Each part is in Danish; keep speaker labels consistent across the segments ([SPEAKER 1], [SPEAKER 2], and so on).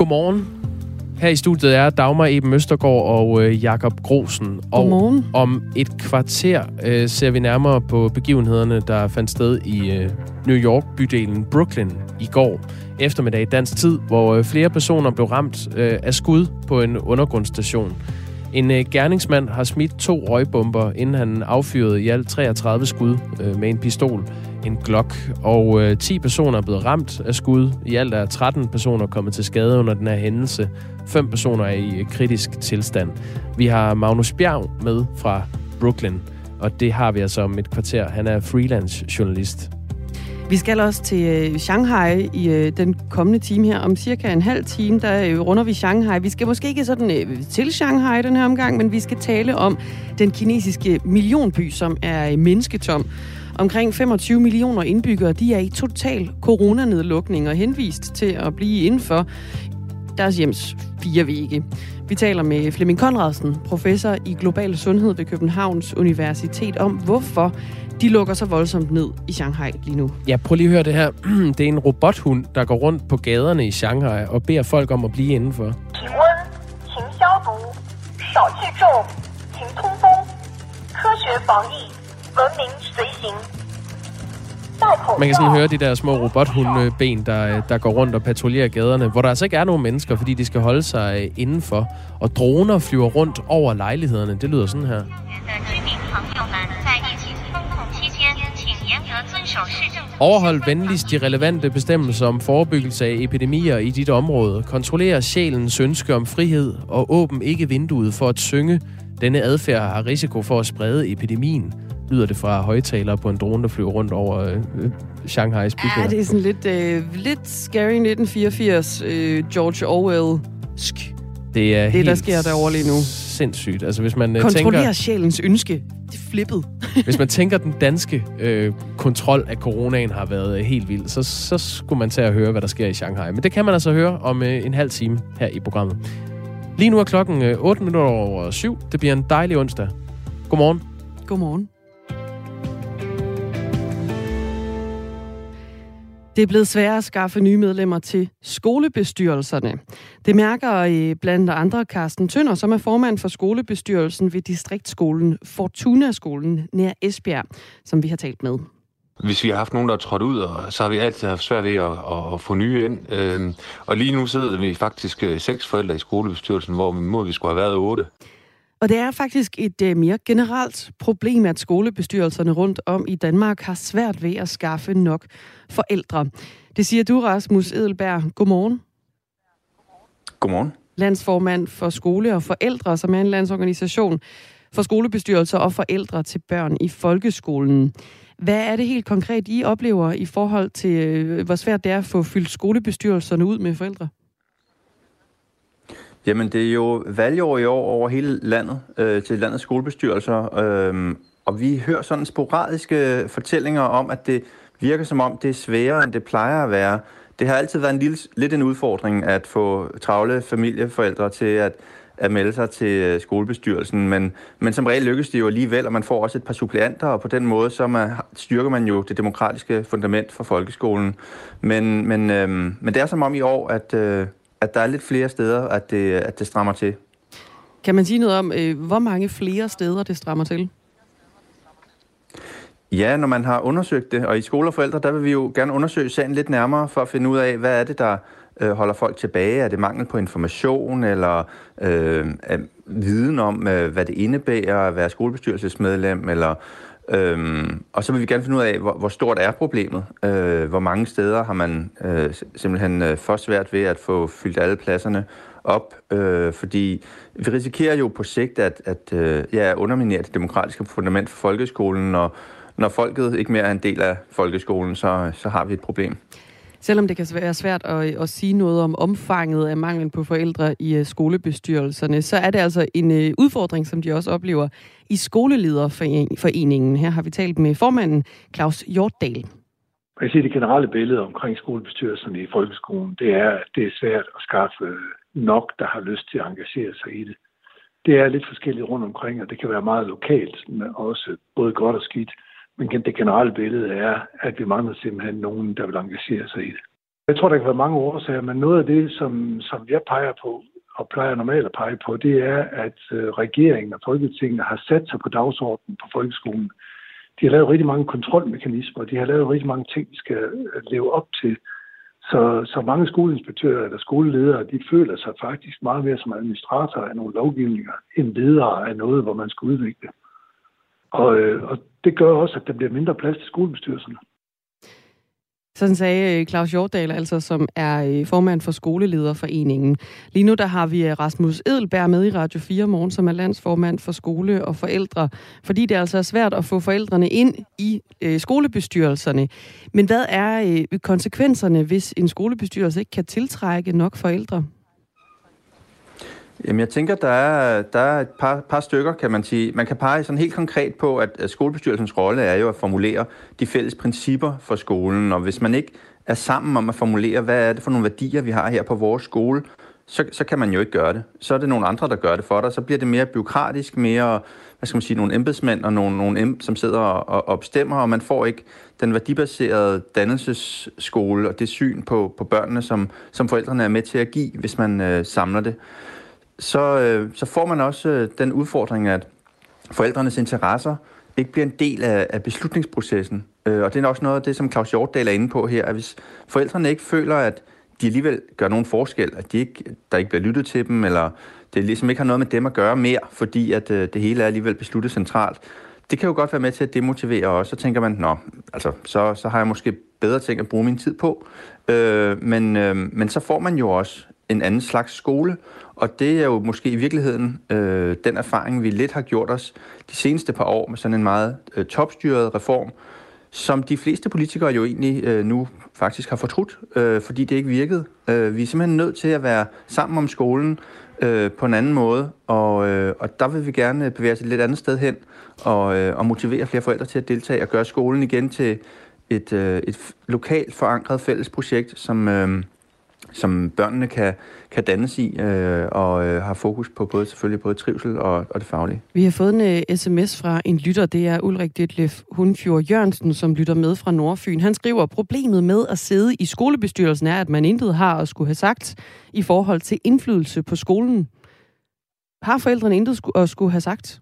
[SPEAKER 1] godmorgen. Her i studiet er Dagmar Eben Østergaard og Jakob Grosen.
[SPEAKER 2] Godmorgen.
[SPEAKER 1] Og om et kvarter ser vi nærmere på begivenhederne, der fandt sted i New York-bydelen Brooklyn i går eftermiddag dansk tid, hvor flere personer blev ramt af skud på en undergrundsstation. En gerningsmand har smidt 2 røgbomber, inden han affyrede i alt 33 skud med en pistol, en Glock, og 10 personer er blevet ramt af skud. I alt er 13 personer kommet til skade under den her hændelse. 5 personer er i kritisk tilstand. Vi har Magnus Bjerg med fra Brooklyn, og det har vi altså om et kvarter. Han er freelance journalist.
[SPEAKER 2] Vi skal også til Shanghai i den kommende time her. Om cirka en halv time, der runder vi Shanghai. Vi skal måske ikke sådan til Shanghai den her omgang, men vi skal tale om den kinesiske millionby, som er mennesketom. Omkring 25 millioner indbyggere, de er i total coronanedlukning og henvist til at blive indenfor deres hjems 4 vægge. Vi taler med Flemming Conradsen, professor i global sundhed ved Københavns Universitet, om hvorfor de lukker så voldsomt ned i Shanghai lige nu.
[SPEAKER 1] Ja, prøv lige at høre det her. Det er en robothund, der går rundt på gaderne i Shanghai og beder folk om at blive indenfor. Man kan sådan høre de der små robothundeben, der går rundt og patruljerer gaderne, hvor der altså ikke er nogen mennesker, fordi de skal holde sig indenfor. Og droner flyver rundt over lejlighederne. Det lyder sådan her. Overhold venligst de relevante bestemmelser om forebyggelse af epidemier i dit område. Kontroller sjælens ønske om frihed og åbn ikke vinduet for at synge. Denne adfærd har risiko for at sprede epidemien. Lyder det fra højtalere på en drone, der flyver rundt over Shanghais bygninger.
[SPEAKER 2] Ja, det er sådan lidt scary 1984, George Orwell-sk.
[SPEAKER 1] Det er
[SPEAKER 2] det, der sker derovre lige nu.
[SPEAKER 1] Sindssygt. Altså, hvis man
[SPEAKER 2] kontrollerer sjælens ønske. Det er flippet.
[SPEAKER 1] Hvis man tænker, den danske kontrol af coronaen har været helt vild, så skulle man tage at høre, hvad der sker i Shanghai. Men det kan man altså høre om en halv time her i programmet. Lige nu er klokken 7:08. Det bliver en dejlig onsdag. Godmorgen.
[SPEAKER 2] Godmorgen. Det er blevet sværere at skaffe nye medlemmer til skolebestyrelserne. Det mærker blandt andre Carsten Tønder, som er formand for skolebestyrelsen ved distriktsskolen Fortuna-skolen nær Esbjerg, som vi har talt med.
[SPEAKER 3] Hvis vi har haft nogen, der er trådt ud, så har vi altid haft svært ved at få nye ind. Og lige nu sidder vi faktisk 6 forældre i skolebestyrelsen, hvor vi skulle have været 8.
[SPEAKER 2] Og det er faktisk et mere generelt problem, at skolebestyrelserne rundt om i Danmark har svært ved at skaffe nok forældre. Det siger du, Rasmus Edelberg. Godmorgen.
[SPEAKER 3] Godmorgen.
[SPEAKER 2] Landsformand for Skole og Forældre, som er en landsorganisation for skolebestyrelser og forældre til børn i folkeskolen. Hvad er det helt konkret, I oplever i forhold til, hvor svært det er at få fyldt skolebestyrelserne ud med forældre?
[SPEAKER 4] Jamen, det er jo valgår i år over hele landet til landets skolebestyrelser, og vi hører sådan sporadiske fortællinger om, at det virker som om, det er sværere, end det plejer at være. Det har altid været lidt en udfordring at få travle familieforældre til at melde sig til skolebestyrelsen, men som regel lykkes det jo alligevel, og man får også et par suppleanter, og på den måde så styrker man jo det demokratiske fundament for folkeskolen. Men det er som om i år, at der er lidt flere steder, at det strammer til.
[SPEAKER 2] Kan man sige noget om, hvor mange flere steder det strammer til?
[SPEAKER 4] Ja, når man har undersøgt det, og i Skole og Forældre, der vil vi jo gerne undersøge sagen lidt nærmere, for at finde ud af, hvad er det, der holder folk tilbage? Er det mangel på information, eller viden om, hvad det indebærer at være skolebestyrelsesmedlem, eller... og så vil vi gerne finde ud af, hvor stort er problemet. Hvor mange steder har man simpelthen for svært ved at få fyldt alle pladserne op. Fordi vi risikerer jo på sigt at underminere det demokratiske fundament for folkeskolen, og når folket ikke mere er en del af folkeskolen, så har vi et problem.
[SPEAKER 2] Selvom det kan være svært at sige noget om omfanget af manglen på forældre i skolebestyrelserne, så er det altså en udfordring, som de også oplever i Skolelederforeningen. Her har vi talt med formanden Claus Hjortdal.
[SPEAKER 5] Jeg kan sige, det generelle billede omkring skolebestyrelserne i folkeskolen, det er, at det er svært at skaffe nok, der har lyst til at engagere sig i det. Det er lidt forskelligt rundt omkring, og det kan være meget lokalt, men også både godt og skidt. Men det generelle billede er, at vi mangler simpelthen nogen, der vil engagere sig i det. Jeg tror, der kan være mange årsager, men noget af det, som jeg peger på, og plejer normalt at pege på, det er, at regeringen og Folketinget har sat sig på dagsordenen på folkeskolen. De har lavet rigtig mange kontrolmekanismer, de har lavet rigtig mange ting, de skal leve op til. Så mange skoleinspektører eller skoleledere, de føler sig faktisk meget mere som administratorer af nogle lovgivninger, end ledere af noget, hvor man skal udvikle. Og det gør også, at der bliver mindre plads til skolebestyrelserne.
[SPEAKER 2] Sådan sagde Claus Hjortdal, altså, som er formand for Skolelederforeningen. Lige nu der har vi Rasmus Edelberg med i Radio 4 Morgen, som er landsformand for skole og forældre, fordi det altså er svært at få forældrene ind i skolebestyrelserne. Men hvad er konsekvenserne, hvis en skolebestyrelse ikke kan tiltrække nok forældre?
[SPEAKER 4] Jamen, jeg tænker, der er et par stykker, kan man sige. Man kan pege sådan helt konkret på, at skolebestyrelsens rolle er jo at formulere de fælles principper for skolen, og hvis man ikke er sammen om at formulere, hvad er det for nogle værdier, vi har her på vores skole, så kan man jo ikke gøre det. Så er det nogle andre, der gør det for dig. Så bliver det mere bureaukratisk, mere, nogle embedsmænd og nogle som sidder og bestemmer, og man får ikke den værdibaserede dannelsesskole og det syn på børnene, som forældrene er med til at give, hvis man samler det. Så får man også den udfordring, at forældrenes interesser ikke bliver en del af beslutningsprocessen. Og det er også noget af det, som Claus Hjortdal er inde på her, at hvis forældrene ikke føler, at de alligevel gør nogen forskel, at der ikke bliver lyttet til dem, eller det ligesom ikke har noget med dem at gøre mere, fordi at det hele er alligevel besluttet centralt. Det kan jo godt være med til at demotivere også. Så tænker man, så har jeg måske bedre ting at bruge min tid på. Men så får man jo også en anden slags skole, og det er jo måske i virkeligheden den erfaring, vi lidt har gjort os de seneste par år med sådan en meget topstyret reform, som de fleste politikere jo egentlig nu faktisk har fortrudt, fordi det ikke virkede. Vi er simpelthen nødt til at være sammen om skolen på en anden måde, og der vil vi gerne bevæge os et lidt andet sted hen og motivere flere forældre til at deltage og gøre skolen igen til et lokalt forankret fælles projekt, som børnene kan dannes i, og har fokus på selvfølgelig både trivsel og det faglige. Vi
[SPEAKER 2] har fået en sms fra en lytter, det er Ulrik Detlef Hundfjord Jørgensen, som lytter med fra Nordfyn. Han skriver, problemet med at sidde i skolebestyrelsen er, at man intet har at skulle have sagt i forhold til indflydelse på skolen. Har forældrene intet at skulle have sagt?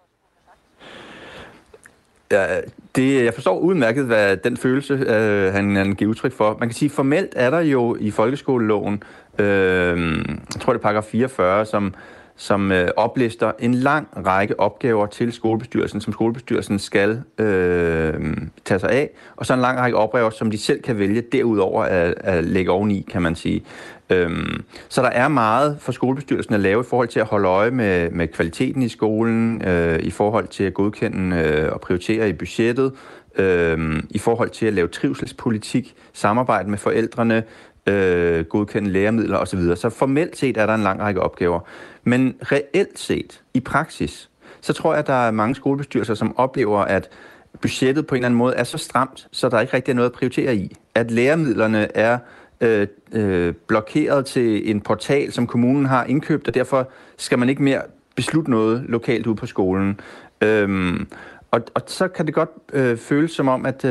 [SPEAKER 4] Ja, jeg forstår udmærket, hvad den følelse, han giver udtryk for. Man kan sige, formelt er der jo i folkeskoleloven, jeg tror det er paragraf 44, som oplister en lang række opgaver til skolebestyrelsen, som skolebestyrelsen skal tage sig af, og så en lang række opgaver, som de selv kan vælge derudover at lægge oveni, kan man sige. Så der er meget for skolebestyrelsen at lave i forhold til at holde øje med kvaliteten i skolen, i forhold til at godkende og prioritere i budgettet, i forhold til at lave trivselspolitik, samarbejde med forældrene, godkende læremidler osv. Så formelt set er der en lang række opgaver. Men reelt set, i praksis, så tror jeg, at der er mange skolebestyrelser, som oplever, at budgettet på en eller anden måde er så stramt, så der ikke rigtig er noget at prioritere i. At læremidlerne er blokeret til en portal, som kommunen har indkøbt, og derfor skal man ikke mere beslutte noget lokalt ude på skolen. Og så kan det godt føles som om, at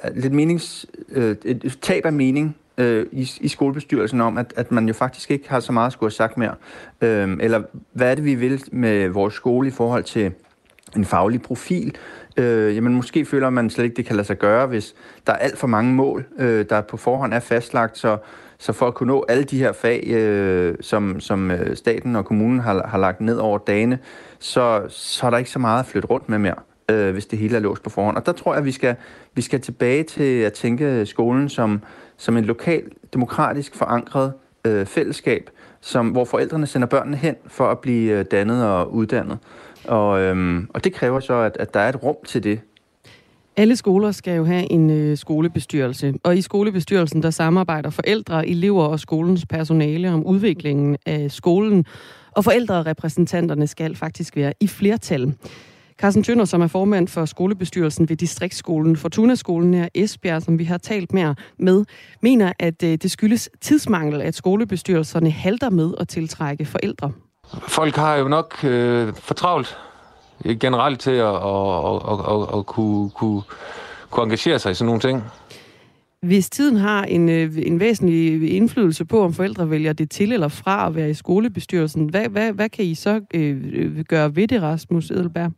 [SPEAKER 4] et tab af mening i skolebestyrelsen om, at man jo faktisk ikke har så meget at skulle have sagt mere. Eller hvad er det, vi vil med vores skole i forhold til en faglig profil? Jamen måske føler man slet ikke, det kan lade sig gøre, hvis der er alt for mange mål, der på forhånd er fastlagt, så for at kunne nå alle de her fag, som staten og kommunen har lagt ned over dagene, så er der ikke så meget at flytte rundt med mere, hvis det hele er låst på forhånd. Og der tror jeg, vi skal tilbage til at tænke skolen som en lokal, demokratisk forankret fællesskab, hvor forældrene sender børnene hen for at blive dannet og uddannet. Og det kræver så, at der er et rum til det.
[SPEAKER 2] Alle skoler skal jo have en skolebestyrelse, og i skolebestyrelsen der samarbejder forældre, elever og skolens personale om udviklingen af skolen, og forældrerepræsentanterne skal faktisk være i flertal. Carsten Tønder, som er formand for skolebestyrelsen ved Distriktsskolen Fortuna-skolen nær Esbjerg, som vi har talt med, mener, at det skyldes tidsmangel, at skolebestyrelserne halter med at tiltrække forældre.
[SPEAKER 3] Folk har jo nok for travlt generelt til at kunne engagere sig i sådan nogle ting.
[SPEAKER 2] Hvis tiden har en væsentlig indflydelse på, om forældre vælger det til eller fra at være i skolebestyrelsen, hvad kan I så gøre ved det, Rasmus Edelberg?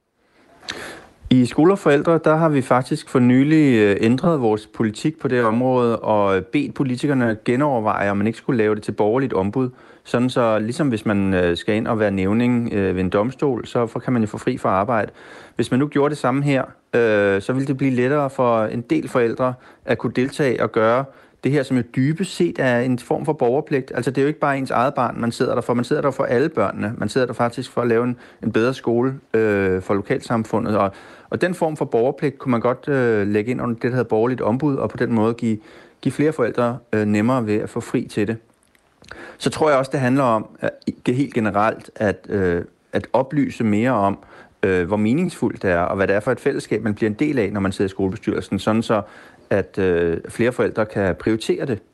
[SPEAKER 4] I Skole og Forældre, der har vi faktisk for nylig ændret vores politik på det område og bedt politikerne genoverveje, om man ikke skulle lave det til borgerligt ombud. Sådan så, ligesom hvis man skal ind og være nævning ved en domstol, så kan man jo få fri fra arbejde. Hvis man nu gjorde det samme her, så ville det blive lettere for en del forældre at kunne deltage og gøre det her, som jo dybest set er en form for borgerpligt. Altså det er jo ikke bare ens eget barn, man sidder der for. Man sidder der for alle børnene. Man sidder der faktisk for at lave en bedre skole for lokalsamfundet. Og den form for borgerpligt kunne man godt lægge ind under det, der hedder borgerligt ombud, og på den måde give flere forældre nemmere ved at få fri til det. Så tror jeg også, det handler om helt generelt at oplyse mere om, hvor meningsfuldt det er, og hvad det er for et fællesskab, man bliver en del af, når man sidder i skolebestyrelsen, sådan så at flere forældre kan prioritere det.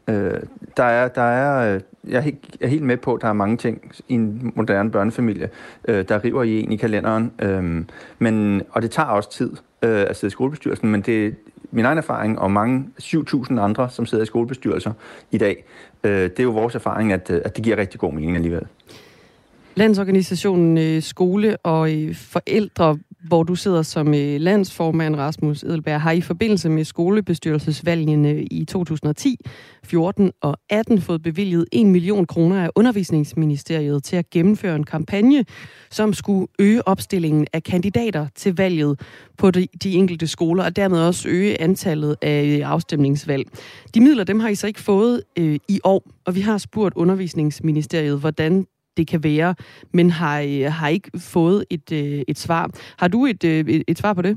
[SPEAKER 4] Jeg er helt med på, at der er mange ting i en moderne børnefamilie, der river i en i kalenderen. Og det tager også tid at sidde i skolebestyrelsen, men det er min egen erfaring, og mange 7.000 andre, som sidder i skolebestyrelser i dag, det er jo vores erfaring, at det giver rigtig god mening alligevel.
[SPEAKER 2] Landsorganisationen Skole og Forældre, hvor du sidder som landsformand, Rasmus Edelberg, har i forbindelse med skolebestyrelsesvalgene i 2010, 14 og 18 fået bevilget 1 million kroner af Undervisningsministeriet til at gennemføre en kampagne, som skulle øge opstillingen af kandidater til valget på de enkelte skoler, og dermed også øge antallet af afstemningsvalg. De midler, dem har I så ikke fået i år, og vi har spurgt Undervisningsministeriet, hvordan det kan være, men har ikke fået et svar. Har du et svar på det?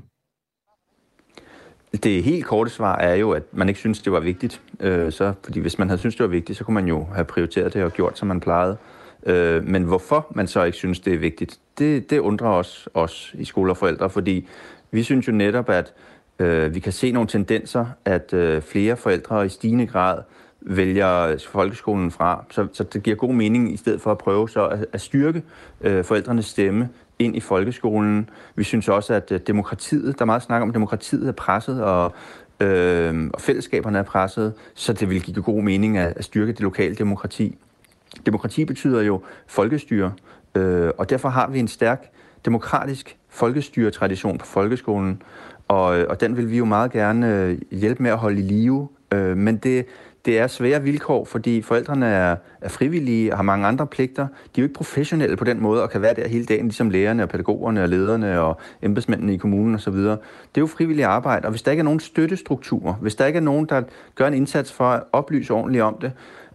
[SPEAKER 4] Det helt korte svar er jo, at man ikke synes, det var vigtigt. Fordi hvis man havde synes, det var vigtigt, så kunne man jo have prioriteret det og gjort, som man plejede. Men hvorfor man så ikke synes, det er vigtigt, det undrer os i Skole og Forældre, fordi vi synes jo netop, at vi kan se nogle tendenser, at flere forældre i stigende grad vælger folkeskolen fra. Så det giver god mening i stedet for at prøve så at styrke forældrenes stemme ind i folkeskolen. Vi synes også, at demokratiet, der er meget snak om, at demokratiet er presset, og fællesskaberne er presset, så det vil give god mening at styrke det lokale demokrati. Demokrati betyder jo folkestyre, og derfor har vi en stærk demokratisk folkestyretradition på folkeskolen, og den vil vi jo meget gerne hjælpe med at holde i live, men det er svære vilkår, fordi forældrene er frivillige og har mange andre pligter. De er jo ikke professionelle på den måde og kan være der hele dagen, ligesom lærerne og pædagogerne og lederne og embedsmændene i kommunen osv. Det er jo frivilligt arbejde, og hvis der ikke er nogen støttestrukturer, hvis der ikke er nogen, der gør en indsats for at oplyse ordentligt om det,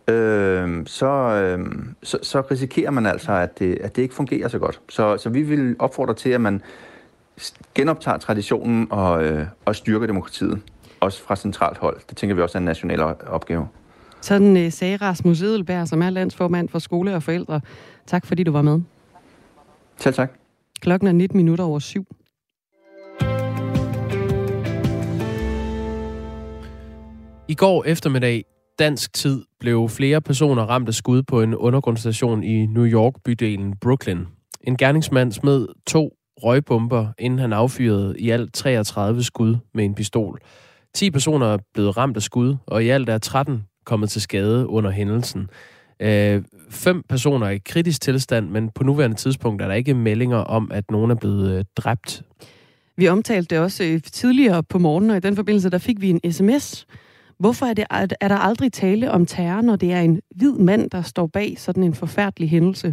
[SPEAKER 4] så risikerer man altså, at det ikke fungerer så godt. Så vi vil opfordre til, at man genoptager traditionen og styrker demokratiet. Også fra centralt hold. Det tænker vi også er en national opgave.
[SPEAKER 2] Sådan sagde Rasmus Edelberg, som er landsformand for Skole og Forældre. Tak fordi du var med.
[SPEAKER 4] Selv tak.
[SPEAKER 2] Klokken er 7:19.
[SPEAKER 1] I går eftermiddag, dansk tid, blev flere personer ramt af skud på en undergrundsstation i New York-bydelen Brooklyn. En gerningsmand smed 2 røgbomber, inden han affyrede i alt 33 skud med en pistol. 10 personer er blevet ramt af skud, og i alt er 13 kommet til skade under hændelsen. 5 personer er i kritisk tilstand, men på nuværende tidspunkt er der ikke meldinger om, at nogen er blevet dræbt.
[SPEAKER 2] Vi omtalte det også tidligere på morgenen, og i den forbindelse der fik vi en sms. Hvorfor er der aldrig tale om terror, når det er en hvid mand, der står bag sådan en forfærdelig hændelse?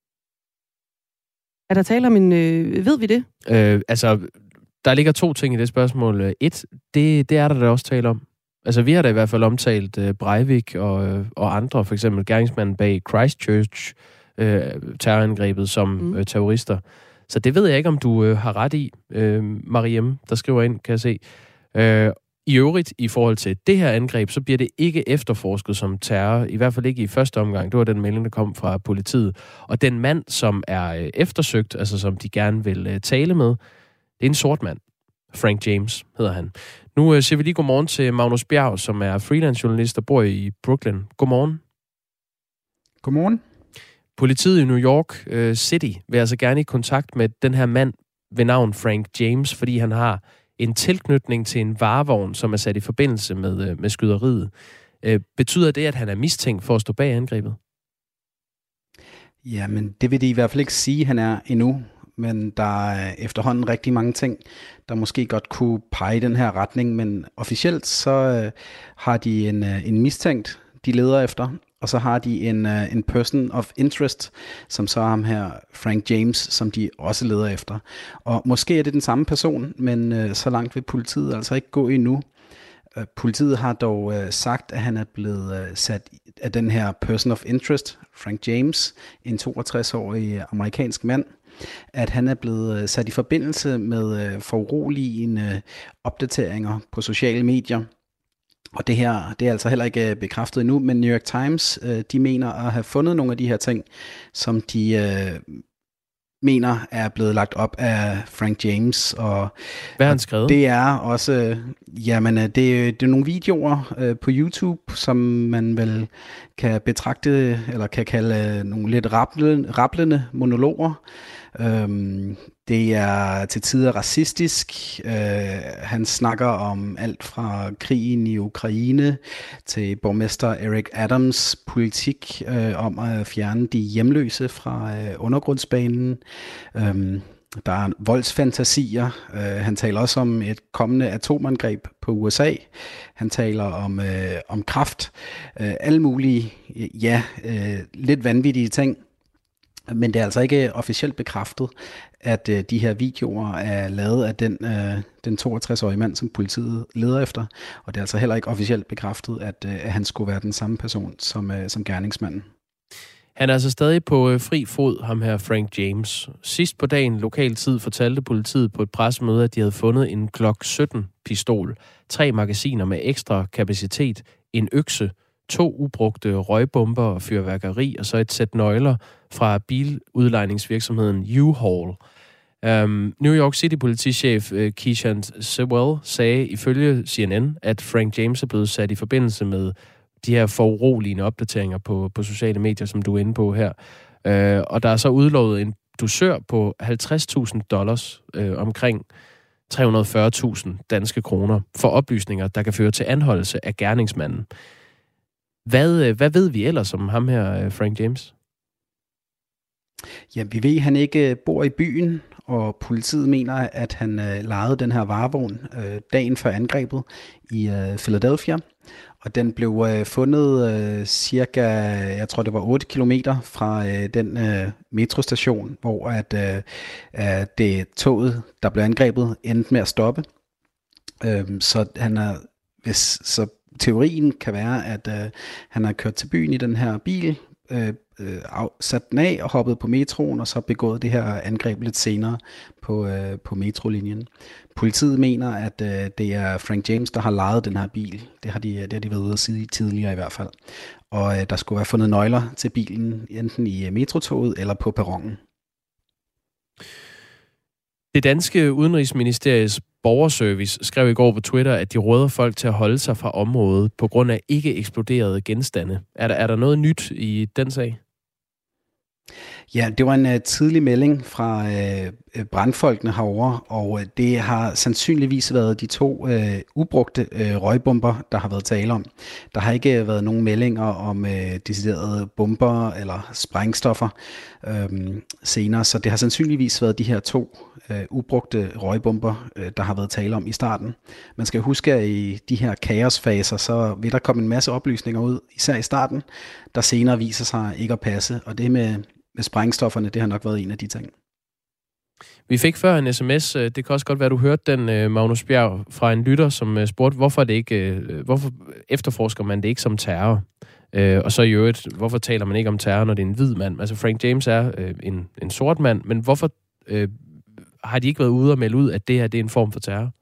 [SPEAKER 2] Er der tale om en... ved vi det?
[SPEAKER 1] Der ligger 2 ting i det spørgsmål. 1, det er der også tale om. Altså, vi har da i hvert fald omtalt Breivik og andre, for eksempel gerningsmanden bag Christchurch terrorangrebet som terrorister. Så det ved jeg ikke, om du har ret i, Mariem, der skriver ind, kan jeg se. I øvrigt, i forhold til det her angreb, så bliver det ikke efterforsket som terror, i hvert fald ikke i første omgang. Det var den melding, der kom fra politiet. Og den mand, som er eftersøgt, altså som de gerne vil tale med, det er en sort mand. Frank James hedder han. Nu siger vi lige godmorgen til Magnus Bjerg, som er freelance-journalist og bor i Brooklyn. Godmorgen.
[SPEAKER 6] Godmorgen.
[SPEAKER 1] Politiet i New York City vil altså gerne i kontakt med den her mand ved navn Frank James, fordi han har en tilknytning til en varevogn, som er sat i forbindelse med skyderiet. Betyder det, at han er mistænkt for at stå bag angrebet?
[SPEAKER 6] Ja, men det vil de i hvert fald ikke sige, han er endnu. Men der er efterhånden rigtig mange ting, der måske godt kunne pege i den her retning. Men officielt så har de en mistænkt, de leder efter. Og så har de en person of interest, som så er ham her, Frank James, som de også leder efter. Og måske er det den samme person, men så langt vil politiet altså ikke gå endnu. Politiet har dog sagt, at han er blevet sat af den her person of interest, Frank James, en 62-årig amerikansk mand, at han er blevet sat i forbindelse med foruroligende opdateringer på sociale medier. Og det her, det er altså heller ikke bekræftet endnu, men New York Times, de mener at have fundet nogle af de her ting, som de mener er blevet lagt op af Frank James. Og
[SPEAKER 1] hvad har han skrevet?
[SPEAKER 6] Det er også, det er nogle videoer på YouTube, som man vel kan betragte, eller kan kalde nogle lidt rablende monologer. Det er til tider racistisk. Han snakker om alt fra krigen i Ukraine til borgmester Eric Adams politik om at fjerne de hjemløse fra undergrundsbanen. Der er voldsfantasier. Han taler også om et kommende atomangreb på USA. Han taler om kræft. Alle mulige, lidt vanvittige ting. Men det er altså ikke officielt bekræftet, at de her videoer er lavet af den 62-årige mand, som politiet leder efter. Og det er altså heller ikke officielt bekræftet, at han skulle være den samme person som gerningsmanden.
[SPEAKER 1] Han er altså stadig på fri fod, ham her Frank James. Sidst på dagen, lokal tid, fortalte politiet på et pressemøde, at de havde fundet en Glock 17-pistol, 3 magasiner med ekstra kapacitet, en økse, 2 ubrugte røgbomber og fyrværkeri, og så et sæt nøgler fra biludlejningsvirksomheden U-Haul. New York City politichef Keyshawn Sewell sagde ifølge CNN, at Frank James er blevet sat i forbindelse med de her foruroligende opdateringer på sociale medier, som du er inde på her. Og der er så udlovet en dusør på $50,000, omkring 340.000 danske kroner, for oplysninger, der kan føre til anholdelse af gerningsmanden. Hvad ved vi ellers om ham her, Frank James?
[SPEAKER 6] Ja, vi ved, at han ikke bor i byen, og politiet mener, at han lejede den her varevogn dagen før angrebet i Philadelphia. Og den blev fundet cirka, jeg tror det var 8 kilometer fra den metrostation, hvor det toget, der blev angrebet, endte med at stoppe. Så teorien kan være, at han har kørt til byen i den her bil, sat den af og hoppet på metroen, og så begået det her angreb lidt senere på metrolinjen. Politiet mener, at det er Frank James, der har lejet den her bil. Det har de været ude at sige tidligere i hvert fald. Og der skulle være fundet nøgler til bilen, enten i metrotoget eller på perronen.
[SPEAKER 1] Det danske udenrigsministeriets borgerservice skrev i går på Twitter, at de råder folk til at holde sig fra området på grund af ikke eksploderede genstande. Er der noget nyt i den sag?
[SPEAKER 6] Ja, det var en tidlig melding fra brandfolkene herovre, og det har sandsynligvis været de 2 ubrugte røgbomber, der har været tale om. Der har ikke været nogen meldinger om deciderede bomber eller sprængstoffer senere, så det har sandsynligvis været de her 2 ubrugte røgbomber, der har været tale om i starten. Man skal huske, at i de her kaosfaser, så vil der komme en masse oplysninger ud, især i starten, der senere viser sig ikke at passe, og det med sprængstofferne, det har nok været en af de ting.
[SPEAKER 1] Vi fik før en sms, det kan også godt være, du hørte den, Magnus Bjerg, fra en lytter, som spurgte, hvorfor efterforsker man det ikke som terror? Og så i øvrigt, hvorfor taler man ikke om terror, når det er en hvid mand? Altså Frank James er en sort mand, men hvorfor har de ikke været ude og melde ud, at det her det er en form for terror?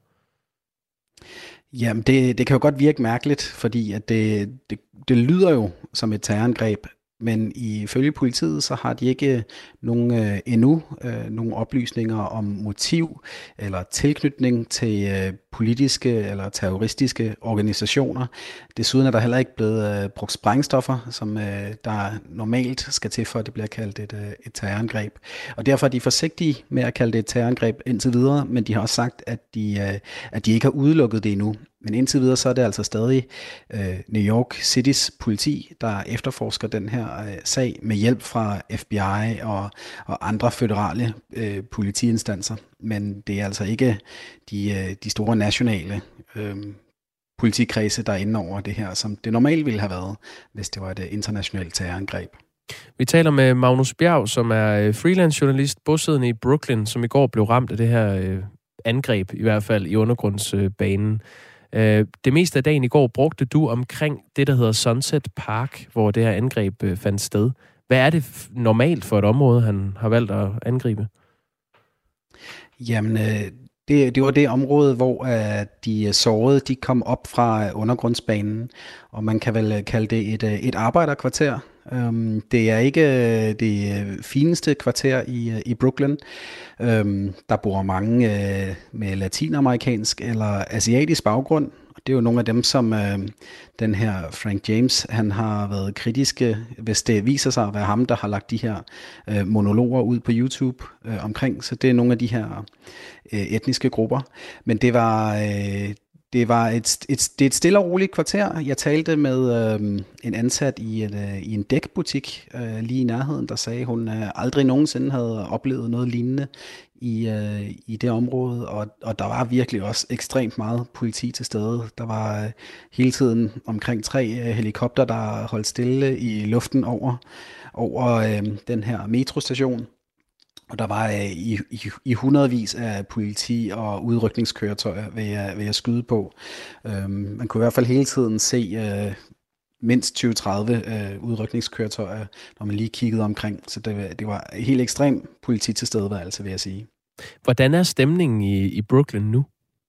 [SPEAKER 6] Jamen, det kan jo godt virke mærkeligt, fordi at det lyder jo som et terrorangreb, Men ifølge politiet, så har de ikke endnu nogen oplysninger om motiv eller tilknytning til politiske eller terroristiske organisationer. Desuden er der heller ikke blevet brugt sprængstoffer, som der normalt skal til, for at det bliver kaldt et terrorangreb. Og derfor er de forsigtige med at kalde det et terrorangreb indtil videre, men de har også sagt, at de ikke har udelukket det endnu. Men indtil videre, så er det altså stadig New York Citys politi, der efterforsker den her sag med hjælp fra FBI og andre føderale politiinstanser. Men det er altså ikke de store nationale politikredse, der er inde over det her, som det normalt ville have været, hvis det var et internationalt terrorangreb.
[SPEAKER 1] Vi taler med Magnus Bjerg, som er freelance journalist bosiddende i Brooklyn, som i går blev ramt af det her angreb, i hvert fald i undergrundsbanen. Det meste af dagen i går brugte du omkring det, der hedder Sunset Park, hvor det her angreb fandt sted. Hvad er det normalt for et område, han har valgt at angribe?
[SPEAKER 6] Jamen, det var det område, hvor de sårede, de kom op fra undergrundsbanen, og man kan vel kalde det et arbejderkvarter. Det er ikke det fineste kvarter i Brooklyn. Der bor mange med latinamerikansk eller asiatisk baggrund. Det er jo nogle af dem, som den her Frank James, han har været kritiske, hvis det viser sig at være ham, der har lagt de her monologer ud på YouTube omkring. Så det er nogle af de her etniske grupper. Men det er et stille og roligt kvarter. Jeg talte med en ansat i en dækbutik lige i nærheden, der sagde, at hun aldrig nogensinde havde oplevet noget lignende i det område, og der var virkelig også ekstremt meget politi til stede. Der var hele tiden omkring 3 helikopter, der holdt stille i luften over den her metrostation. Og der var i hundredvis af politi og udrykningskøretøjer ved at skyde på. Man kunne i hvert fald hele tiden se mindst 20-30 udrykningskøretøjer, når man lige kiggede omkring. Så det var helt ekstrem politi til stedeværelse, vil jeg sige. Hvordan er stemningen i Brooklyn nu?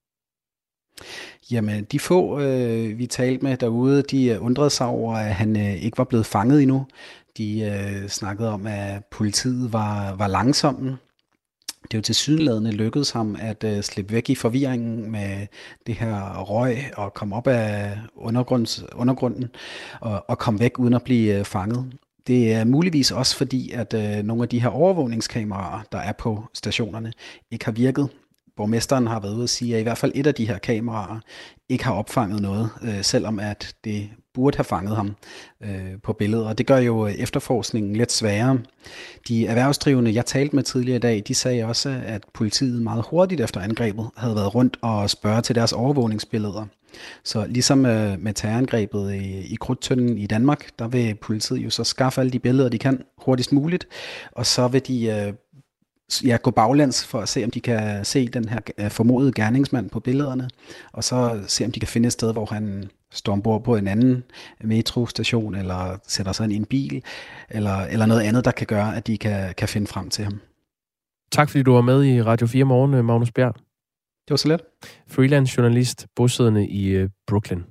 [SPEAKER 6] Jamen, de få, vi talte med derude, de undrede sig over, at han ikke var blevet fanget endnu. De snakkede om, at politiet var langsomme. Det er jo tilsyneladende lykkedes ham at slippe væk i forvirringen med det her røg og komme op af undergrunden og komme væk uden at blive fanget. Det er muligvis også fordi, at nogle af de her overvågningskameraer, der er på stationerne, ikke har virket. Borgmesteren har været ude at sige, at i hvert fald et af de her kameraer ikke har opfanget noget, selvom at det burde have fanget ham på billedet. Og det gør jo efterforskningen lidt sværere. De erhvervsdrivende, jeg talte med tidligere i dag, de sagde også, at politiet meget hurtigt efter angrebet havde været rundt og spørge til deres overvågningsbilleder. Så ligesom med terrorangrebet i Krudttønden i Danmark, der vil politiet jo så skaffe alle de billeder, de kan hurtigst muligt, og så vil de gå baglæns for at se, om de kan se den her formodede gerningsmand på billederne, og så se, om de kan finde et sted, hvor han står ombord på en anden metrostation, eller sætter sig ind i en bil, eller noget andet, der kan gøre, at de kan finde frem til ham. Tak fordi du var med i Radio 4 Morgen, Magnus Bjerg. Det var så let. Freelance journalist, bosiddende i Brooklyn.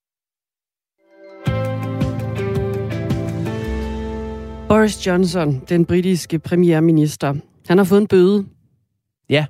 [SPEAKER 2] Boris Johnson, den britiske premierminister, han har fået en bøde.
[SPEAKER 1] Ja.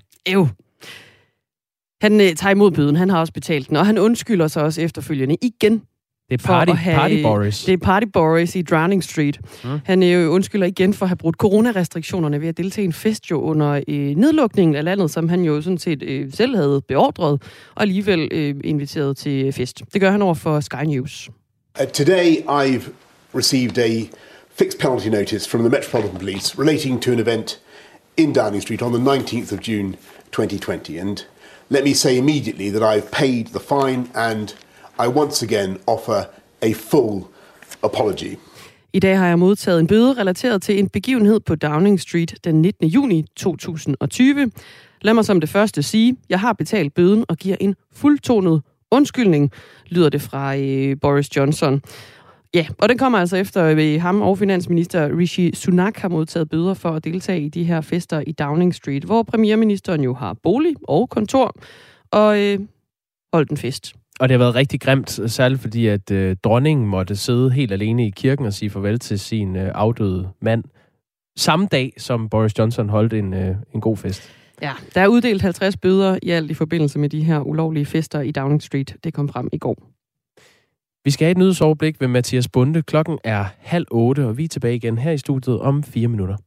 [SPEAKER 2] Han tager imod bøden, han har også betalt den, og han undskylder sig også efterfølgende igen.
[SPEAKER 1] Det er Party Boris.
[SPEAKER 2] Det er Party Boris i Downing Street. Han undskylder igen for at have brudt coronarestriktionerne ved at deltage i en fest jo under nedlukningen af landet, som han jo sådan set selv havde beordret, og alligevel inviteret til fest. Det gør han over for Sky News.
[SPEAKER 7] Today I've received a fixed penalty notice from the Metropolitan Police relating to an event in Downing Street on the 19th of June 2020. And let me say immediately that I've paid the fine and I once again offer a full apology.
[SPEAKER 2] I dag har jeg modtaget en bøde relateret til en begivenhed på Downing Street den 19. juni 2020. Lad mig som det første sige, jeg har betalt bøden og giver en fuldtonet undskyldning, lyder det fra Boris Johnson. Ja, og den kommer altså efter ham og finansminister Rishi Sunak har modtaget bøder for at deltage i de her fester i Downing Street, hvor premierministeren jo har bolig og kontor og holdt en fest.
[SPEAKER 1] Og det har været rigtig grimt, særligt fordi, at dronningen måtte sidde helt alene i kirken og sige farvel til sin afdøde mand. Samme dag, som Boris Johnson holdt en god fest.
[SPEAKER 2] Ja, der er uddelt 50 bøder i alt i forbindelse med de her ulovlige fester i Downing Street. Det kom frem i går.
[SPEAKER 1] Vi skal have et nyhedsoverblik ved Mathias Bunde. Klokken er 7:30, og vi er tilbage igen her i studiet om 4 minutter.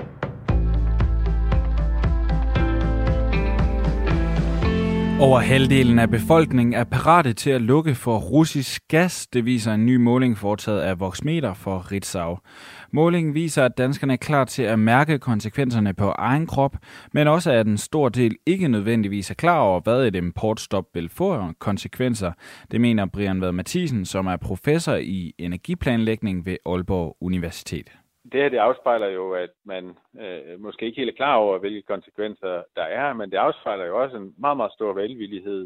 [SPEAKER 8] Over halvdelen af befolkningen er parate til at lukke for russisk gas. Det viser en ny måling foretaget af Voxmeter for Ritzau. Målingen viser, at danskerne er klar til at mærke konsekvenserne på egen krop, men også at en stor del ikke nødvendigvis er klar over, hvad et importstop vil få konsekvenser. Det mener Brian Vad Mathisen, som er professor i energiplanlægning ved Aalborg Universitet.
[SPEAKER 9] Det her det afspejler jo, at man måske ikke helt er klar over, hvilke konsekvenser der er, men det afspejler jo også en meget, meget stor velvillighed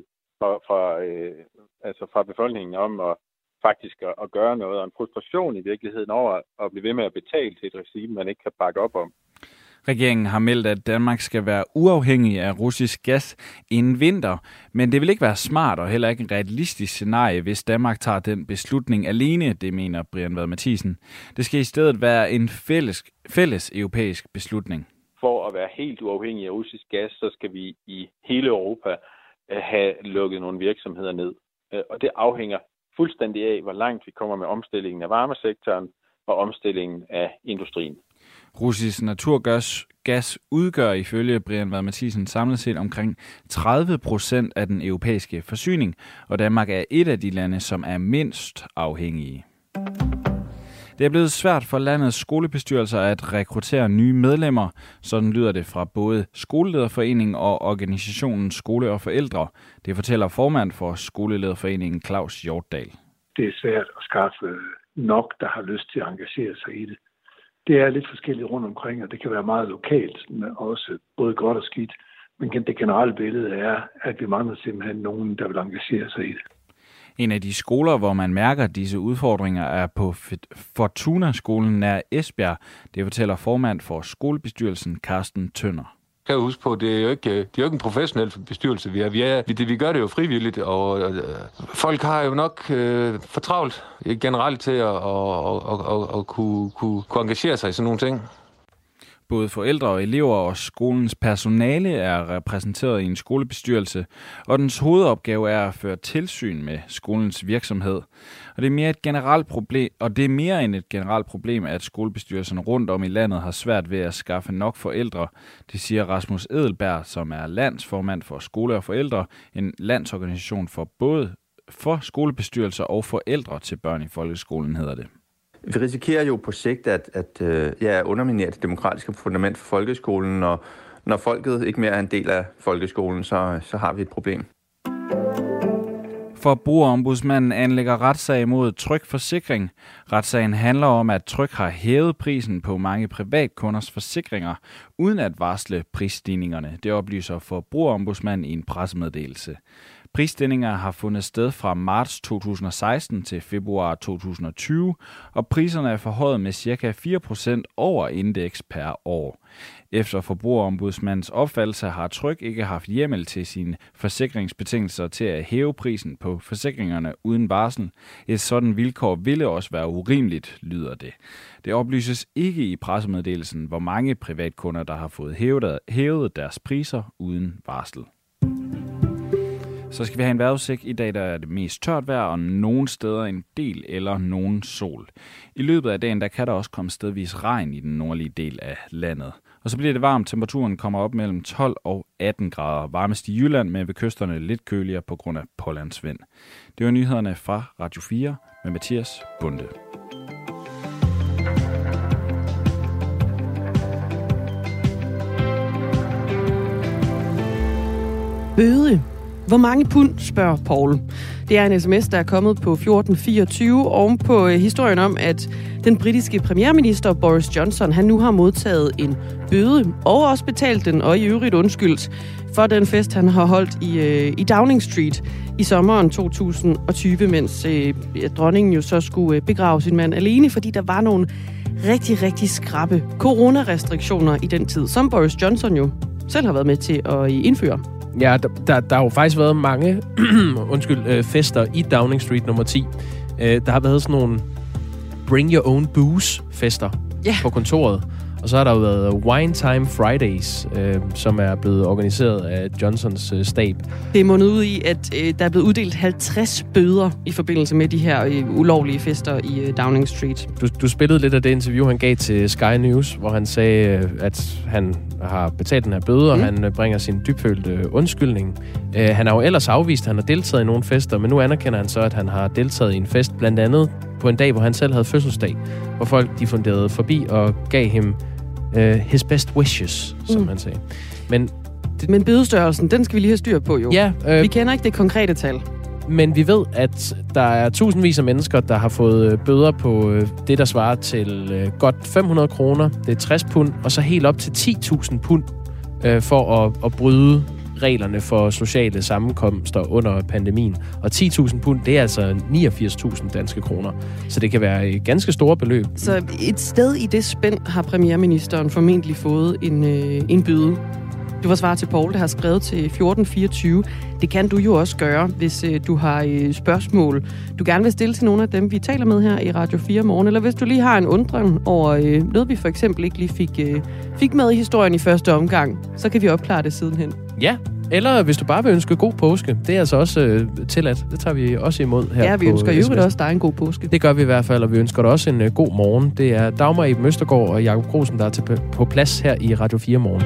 [SPEAKER 9] fra befolkningen om faktisk at gøre noget, og en frustration i virkeligheden over at blive ved med at betale til et regime, man ikke kan bakke op om.
[SPEAKER 8] Regeringen har meldt, at Danmark skal være uafhængig af russisk gas inden vinter, men det vil ikke være smart og heller ikke en realistisk scenarie, hvis Danmark tager den beslutning alene, det mener Brian Vad Mathisen. Det skal i stedet være en fælles europæisk beslutning.
[SPEAKER 9] For at være helt uafhængig af russisk gas, så skal vi i hele Europa have lukket nogle virksomheder ned. Og det afhænger fuldstændig af, hvor langt vi kommer med omstillingen af varmesektoren og omstillingen af industrien.
[SPEAKER 8] Russisk naturgas udgør ifølge Brian Vad Mathisen samlet set omkring 30% af den europæiske forsyning, og Danmark er et af de lande, som er mindst afhængige. Det er blevet svært for landets skolebestyrelser at rekruttere nye medlemmer, sådan lyder det fra både Skolelederforeningen og organisationen Skole og Forældre. Det fortæller formand for Skolelederforeningen Claus Hjortdal.
[SPEAKER 5] Det er svært at skaffe nok, der har lyst til at engagere sig i det. Det er lidt forskelligt rundt omkring, og det kan være meget lokalt, men også både godt og skidt. Men det generelle billede er, at vi mangler simpelthen nogen, der vil engagere sig i det.
[SPEAKER 8] En af de skoler, hvor man mærker disse udfordringer, er på Fortuna-skolen nær Esbjerg. Det fortæller formand for skolebestyrelsen Carsten Tønder.
[SPEAKER 3] Kan jeg huske på, det er jo ikke en professionel bestyrelse, vi gør det jo frivilligt, og folk har jo nok for travlt generelt til at kunne engagere sig i sådan nogle ting.
[SPEAKER 8] Både forældre og elever og skolens personale er repræsenteret i en skolebestyrelse, og dens hovedopgave er at føre tilsyn med skolens virksomhed. Og det er mere end et generelt problem, at skolebestyrelserne rundt om i landet har svært ved at skaffe nok forældre. Det siger Rasmus Edelberg, som er landsformand for Skole og Forældre, en landsorganisation for skolebestyrelser og forældre til børn i folkeskolen, hedder det.
[SPEAKER 4] Vi risikerer jo på sigt at underminere det demokratiske fundament for folkeskolen, og når folket ikke mere er en del af folkeskolen, så har vi et problem.
[SPEAKER 8] Forbrugerombudsmanden anlægger retssag mod Tryg Forsikring. Retssagen handler om, at Tryg har hævet prisen på mange privatkunders forsikringer, uden at varsle prisstigningerne. Det oplyser Forbrugerombudsmanden i en pressemeddelelse. Prisstigninger har fundet sted fra marts 2016 til februar 2020, og priserne er forhøjet med ca. 4% over indeks per år. Efter Forbrugerombudsmandens opfattelse har Tryg ikke haft hjemmel til sine forsikringsbetingelser til at hæve prisen på forsikringerne uden varsel. Et sådan vilkår ville også være urimeligt, lyder det. Det oplyses ikke i pressemeddelelsen, hvor mange privatkunder, der har fået hævet deres priser uden varsel. Så skal vi have en vejrudsigt. I dag der er det mest tørt vejr, og nogle steder en del eller nogen sol. I løbet af dagen der kan der også komme stedvis regn i den nordlige del af landet. Og så bliver det varmt. Temperaturen kommer op mellem 12 og 18 grader. Varmest i Jylland, med ved kysterne lidt køligere på grund af pålandsvind. Det var nyhederne fra Radio 4 med Mathias Bunde.
[SPEAKER 2] Bøde. Hvor mange pund, spørger Paul. Det er en sms, der er kommet på 1424 oven på historien om, at den britiske premierminister Boris Johnson, han nu har modtaget en bøde og også betalt den, og i øvrigt undskyldt for den fest, han har holdt i Downing Street i sommeren 2020, mens dronningen jo så skulle begrave sin mand alene, fordi der var nogle rigtig, rigtig skrappe coronarestriktioner i den tid, som Boris Johnson jo selv har været med til at indføre.
[SPEAKER 1] Ja, der har jo faktisk været mange fester i Downing Street nummer 10. Der har været sådan nogle Bring Your Own Booze-fester på kontoret. Og så har der jo været Wine Time Fridays, som er blevet organiseret af Johnsons stab.
[SPEAKER 2] Det er mundet ud i, at der er blevet uddelt 50 bøder i forbindelse med de her ulovlige fester i Downing Street.
[SPEAKER 1] Du spillede lidt af det interview, han gav til Sky News, hvor han sagde, at han har betalt den her bøde, og han bringer sin dybfølte undskyldning. Han har jo ellers afvist, at han har deltaget i nogle fester, men nu anerkender han så, at han har deltaget i en fest, blandt andet på en dag, hvor han selv havde fødselsdag, hvor folk de funderede forbi og gav ham his best wishes, som han sagde. Men
[SPEAKER 2] bødestørrelsen, den skal vi lige have styr på, jo.
[SPEAKER 1] Ja,
[SPEAKER 2] vi kender ikke det konkrete tal.
[SPEAKER 1] Men vi ved, at der er tusindvis af mennesker, der har fået bøder på det, der svarer til godt 500 kroner. Det er 60 pund, og så helt op til 10.000 pund for at bryde reglerne for sociale sammenkomster under pandemien. Og 10.000 pund, det er altså 89.000 danske kroner. Så det kan være et ganske store beløb.
[SPEAKER 2] Så et sted i det spænd har premierministeren formentlig fået en bøde. Du var svar til Poul, der har skrevet til 1424. Det kan du jo også gøre, hvis du har spørgsmål, du gerne vil stille til nogle af dem, vi taler med her i Radio 4 morgen. Eller hvis du lige har en undren over noget, vi for eksempel ikke lige fik med i historien i første omgang, så kan vi opklare det sidenhen.
[SPEAKER 1] Ja, eller hvis du bare vil ønske god påske. Det er altså også tilladt. Det tager vi også imod her.
[SPEAKER 2] Ja, vi ønsker jo også dig en god påske.
[SPEAKER 1] Det gør vi i hvert fald, og vi ønsker dig også en god morgen. Det er Dagmar Eben Østergaard og Jakob Grosen, der er på plads her i Radio 4 morgen.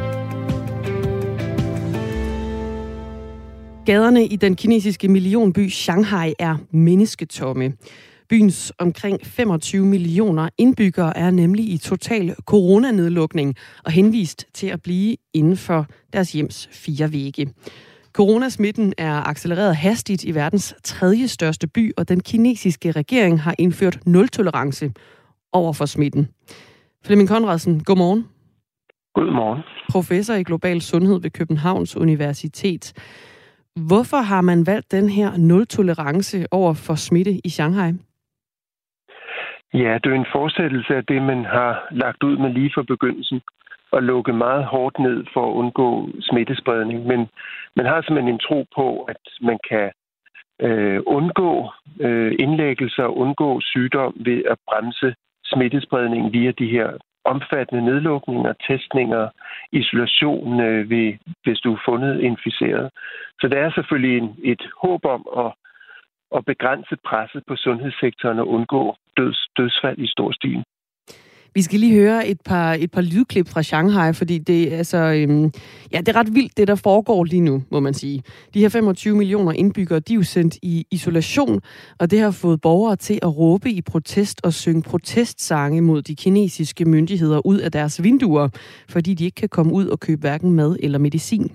[SPEAKER 2] Gaderne i den kinesiske millionby Shanghai er mennesketomme. Byens omkring 25 millioner indbyggere er nemlig i total coronanedlukning og henvist til at blive inden for deres hjems 4 vægge. Coronasmitten er accelereret hastigt i verdens 3. største by, og den kinesiske regering har indført nul-tolerance over for smitten. Flemming Conradsen, godmorgen.
[SPEAKER 10] Godmorgen.
[SPEAKER 2] Professor i global sundhed ved Københavns Universitet. Hvorfor har man valgt den her nul-tolerance over for smitte i Shanghai?
[SPEAKER 10] Ja, det er en fortsættelse af det, man har lagt ud med lige fra begyndelsen, og lukke meget hårdt ned for at undgå smittespredning. Men man har simpelthen en tro på, at man kan undgå indlæggelser og undgå sygdom ved at bremse smittespredning via de her omfattende nedlukninger, testninger, isolation, hvis du er fundet inficeret. Så der er selvfølgelig et håb om at begrænse presset på sundhedssektoren og undgå dødsfald i stor stil.
[SPEAKER 2] Vi skal lige høre et par lydklip fra Shanghai, fordi det er det er ret vildt, det der foregår lige nu, må man sige. De her 25 millioner indbyggere, de er jo sendt i isolation, og det har fået borgere til at råbe i protest og synge protestsange mod de kinesiske myndigheder ud af deres vinduer, fordi de ikke kan komme ud og købe hverken mad eller medicin.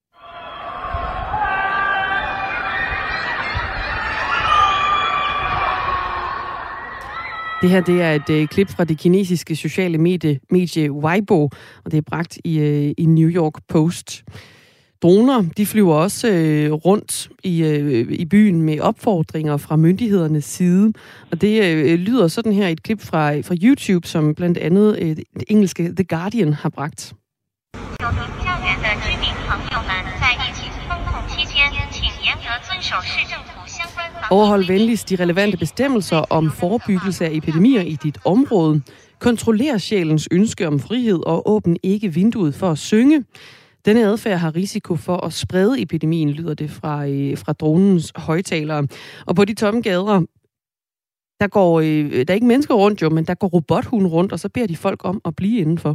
[SPEAKER 2] Det her, det er et klip fra det kinesiske sociale medie Weibo, og det er bragt i New York Post. Droner, de flyver også rundt i byen med opfordringer fra myndighedernes side, og det lyder sådan her et klip fra YouTube, som blandt andet det engelske The Guardian har bragt. Overhold venligst de relevante bestemmelser om forebyggelse af epidemier i dit område. Kontroller sjælens ønske om frihed og åbn ikke vinduet for at synge. Denne adfærd har risiko for at sprede epidemien, lyder det fra dronens højtalere. Og på de tomme gader, der er ikke mennesker rundt jo, men der går robothunde rundt, og så beder de folk om at blive indenfor.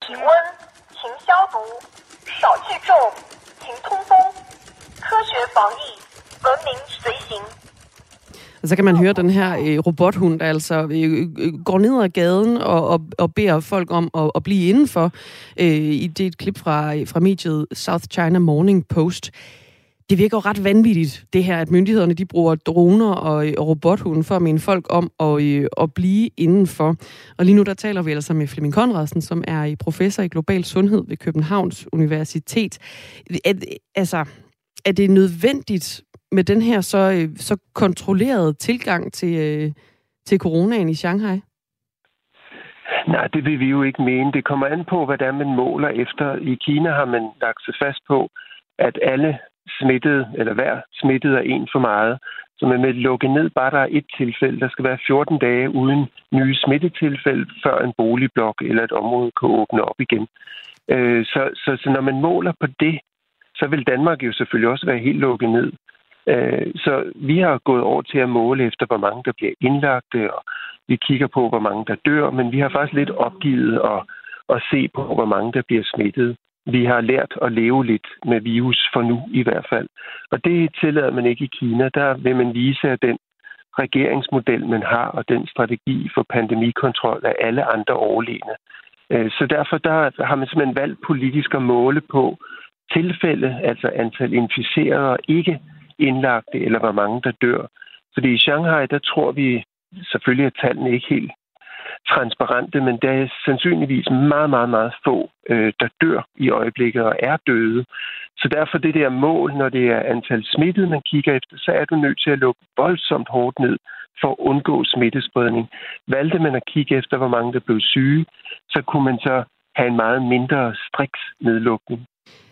[SPEAKER 2] Og så kan man høre den her robothund, der altså går ned ad gaden og beder folk om at blive indenfor. Det er et klip fra mediet South China Morning Post. Det virker jo ret vanvittigt, det her, at myndighederne de bruger droner og robothunde for at minde folk om at blive indenfor. Og lige nu der taler vi altså med Flemming Conradsen, som er professor i global sundhed ved Københavns Universitet. Er det nødvendigt med den her så kontrollerede tilgang til coronaen i Shanghai?
[SPEAKER 10] Nej, det vil vi jo ikke mene. Det kommer an på, hvad det er, man måler efter. I Kina har man lagt sig fast på, at alle smittede, eller hver smittet er en for meget. Så man vil lukke ned, bare der er et tilfælde. Der skal være 14 dage uden nye smittetilfælde, før en boligblok eller et område kan åbne op igen. Så når man måler på det, så vil Danmark jo selvfølgelig også være helt lukket ned. Så vi har gået over til at måle efter, hvor mange der bliver indlagte, og vi kigger på, hvor mange der dør, men vi har faktisk lidt opgivet at se på, hvor mange der bliver smittet. Vi har lært at leve lidt med virus for nu i hvert fald. Og det tillader man ikke i Kina. Der vil man vise, at den regeringsmodel, man har, og den strategi for pandemikontrol er alle andre overlegne. Så derfor der har man simpelthen valgt politisk at måle på tilfælde, altså antal inficerede og ikke indlagte, eller hvor mange der dør. Fordi i Shanghai, der tror vi selvfølgelig, at tallene ikke helt transparente, men der er sandsynligvis meget, meget, meget få, der dør i øjeblikket og er døde. Så derfor det der mål, når det er antal smittede, man kigger efter, så er du nødt til at lukke voldsomt hårdt ned for at undgå smittespredning. Valgte man at kigge efter, hvor mange der blev syge, så kunne man så have en meget mindre striks nedlukning.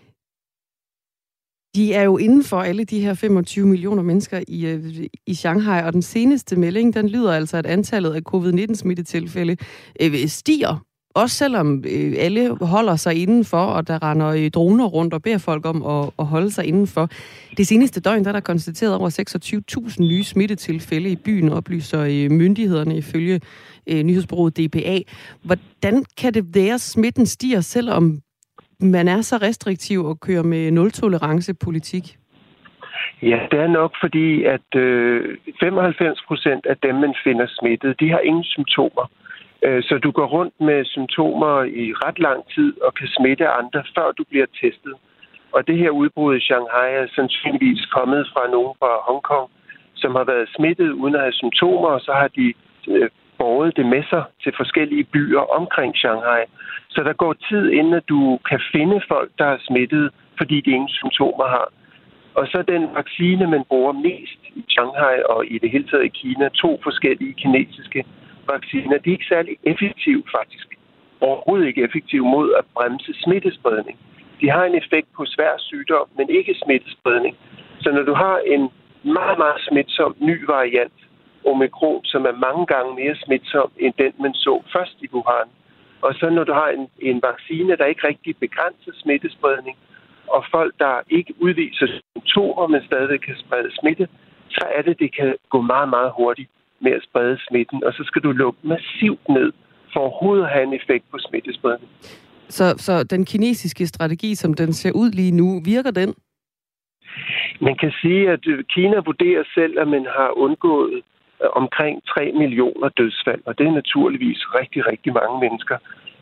[SPEAKER 2] De er jo inden for alle de her 25 millioner mennesker i Shanghai, og den seneste melding, den lyder altså, at antallet af covid-19-smittetilfælde stiger. Også selvom alle holder sig indenfor, og der render droner rundt og beder folk om at holde sig indenfor. Det seneste døgn, der er der konstateret over 26.000 nye smittetilfælde i byen, oplyser myndighederne ifølge nyhedsbureauet DPA. Hvordan kan det være, at smitten stiger, selvom man er så restriktiv og kører med nul-tolerance-politik?
[SPEAKER 10] Ja, det er nok fordi, at 95% af dem, man finder smittet, de har ingen symptomer. Så du går rundt med symptomer i ret lang tid og kan smitte andre, før du bliver testet. Og det her udbrud i Shanghai er sandsynligvis kommet fra nogen fra Hongkong, som har været smittet uden at have symptomer, og så har de båret det med sig til forskellige byer omkring Shanghai. Så der går tid, inden at du kan finde folk, der er smittet, fordi de ingen symptomer har. Og så den vaccine, man bruger mest i Shanghai og i det hele taget i Kina, 2 forskellige kinesiske vacciner, de er ikke særlig effektive faktisk. Overhovedet ikke effektive mod at bremse smittespredning. De har en effekt på svær sygdom, men ikke smittespredning. Så når du har en meget, meget smitsom ny variant, Omikron, som er mange gange mere smitsom end den, man så først i Wuhan, og så når du har en vaccine, der ikke rigtig begrænser smittespredning, og folk, der ikke udviser symptomer, men stadig kan sprede smitte, så er det kan gå meget, meget hurtigt med at sprede smitten, og så skal du lukke massivt ned for overhovedet at have en effekt på smittespredning.
[SPEAKER 2] Så den kinesiske strategi, som den ser ud lige nu, virker den?
[SPEAKER 10] Man kan sige, at Kina vurderer selv, at man har undgået omkring 3 millioner dødsfald, og det er naturligvis rigtig, rigtig mange mennesker.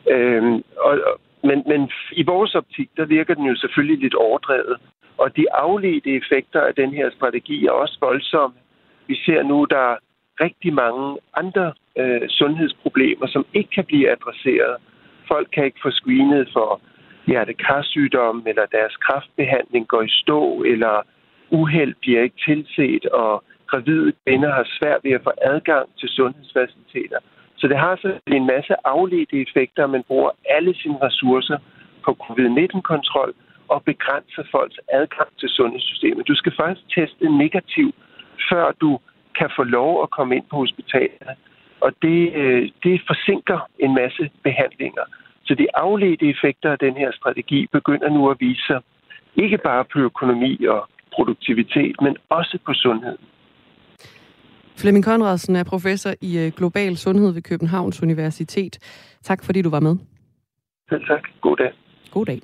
[SPEAKER 10] Men i vores optik, der virker den jo selvfølgelig lidt overdrevet, og de afledte effekter af den her strategi er også voldsomme. Vi ser nu, der er rigtig mange andre sundhedsproblemer, som ikke kan blive adresseret. Folk kan ikke få screenet for hjerte-karsygdomme, eller deres kræftbehandling går i stå, eller uheld bliver ikke tilset, og gravide kvinder har svært ved at få adgang til sundhedsfaciliteter. Så det har så en masse afledte effekter, at man bruger alle sine ressourcer på covid-19-kontrol og begrænser folks adgang til sundhedssystemet. Du skal først teste negativ, før du kan få lov at komme ind på hospitalerne. Og det forsinker en masse behandlinger. Så de afledte effekter af den her strategi begynder nu at vise sig ikke bare på økonomi og produktivitet, men også på sundhed.
[SPEAKER 2] Flemming Conradsen er professor i global sundhed ved Københavns Universitet. Tak fordi du var med.
[SPEAKER 10] Selv tak. God dag.
[SPEAKER 2] God dag.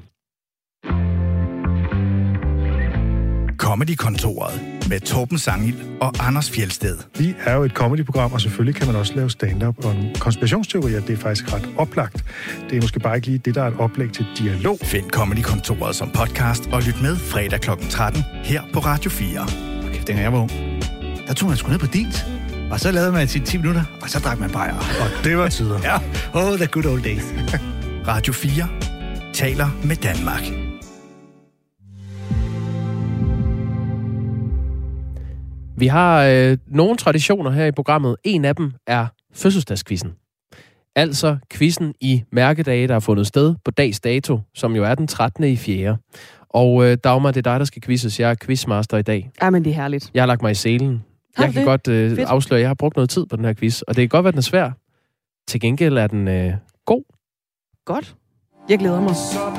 [SPEAKER 11] Comedy-kontoret med Torben Sangil og Anders Fjeldsted.
[SPEAKER 12] Vi er jo et comedy-program, og selvfølgelig kan man også lave stand-up og konspirationsteorier. Det er faktisk ret oplagt. Det er måske bare ikke lige det, der er et oplæg til dialog.
[SPEAKER 11] Find Comedy-kontoret som podcast og lyt med fredag kl. 13 her på Radio 4.
[SPEAKER 13] Okay, dengang jeg var ung, der tog man sgu ned på dins. Og så lavede man sine 10 minutter, og så drak man bajer.
[SPEAKER 12] Og det var tider.
[SPEAKER 13] Ja, the good old days.
[SPEAKER 11] Radio 4 taler med Danmark.
[SPEAKER 1] Vi har nogle traditioner her i programmet. En af dem er fødselsdagskvizzen. Altså quizzen i mærkedage, der har fundet sted på dags dato, som jo er den 13. i 4. Og Dagmar, det er dig, der skal quizzes. Jeg er quizmaster i dag.
[SPEAKER 2] Ja, men det er herligt.
[SPEAKER 1] Jeg har lagt mig i selen. Jeg kan godt afsløre, at jeg har brugt noget tid på den her quiz. Og det kan godt være, den er svær. Til gengæld er den god.
[SPEAKER 2] Godt. Jeg glæder mig.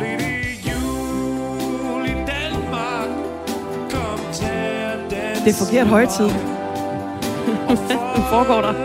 [SPEAKER 2] Det er forkert højtid. Hvad foregår der?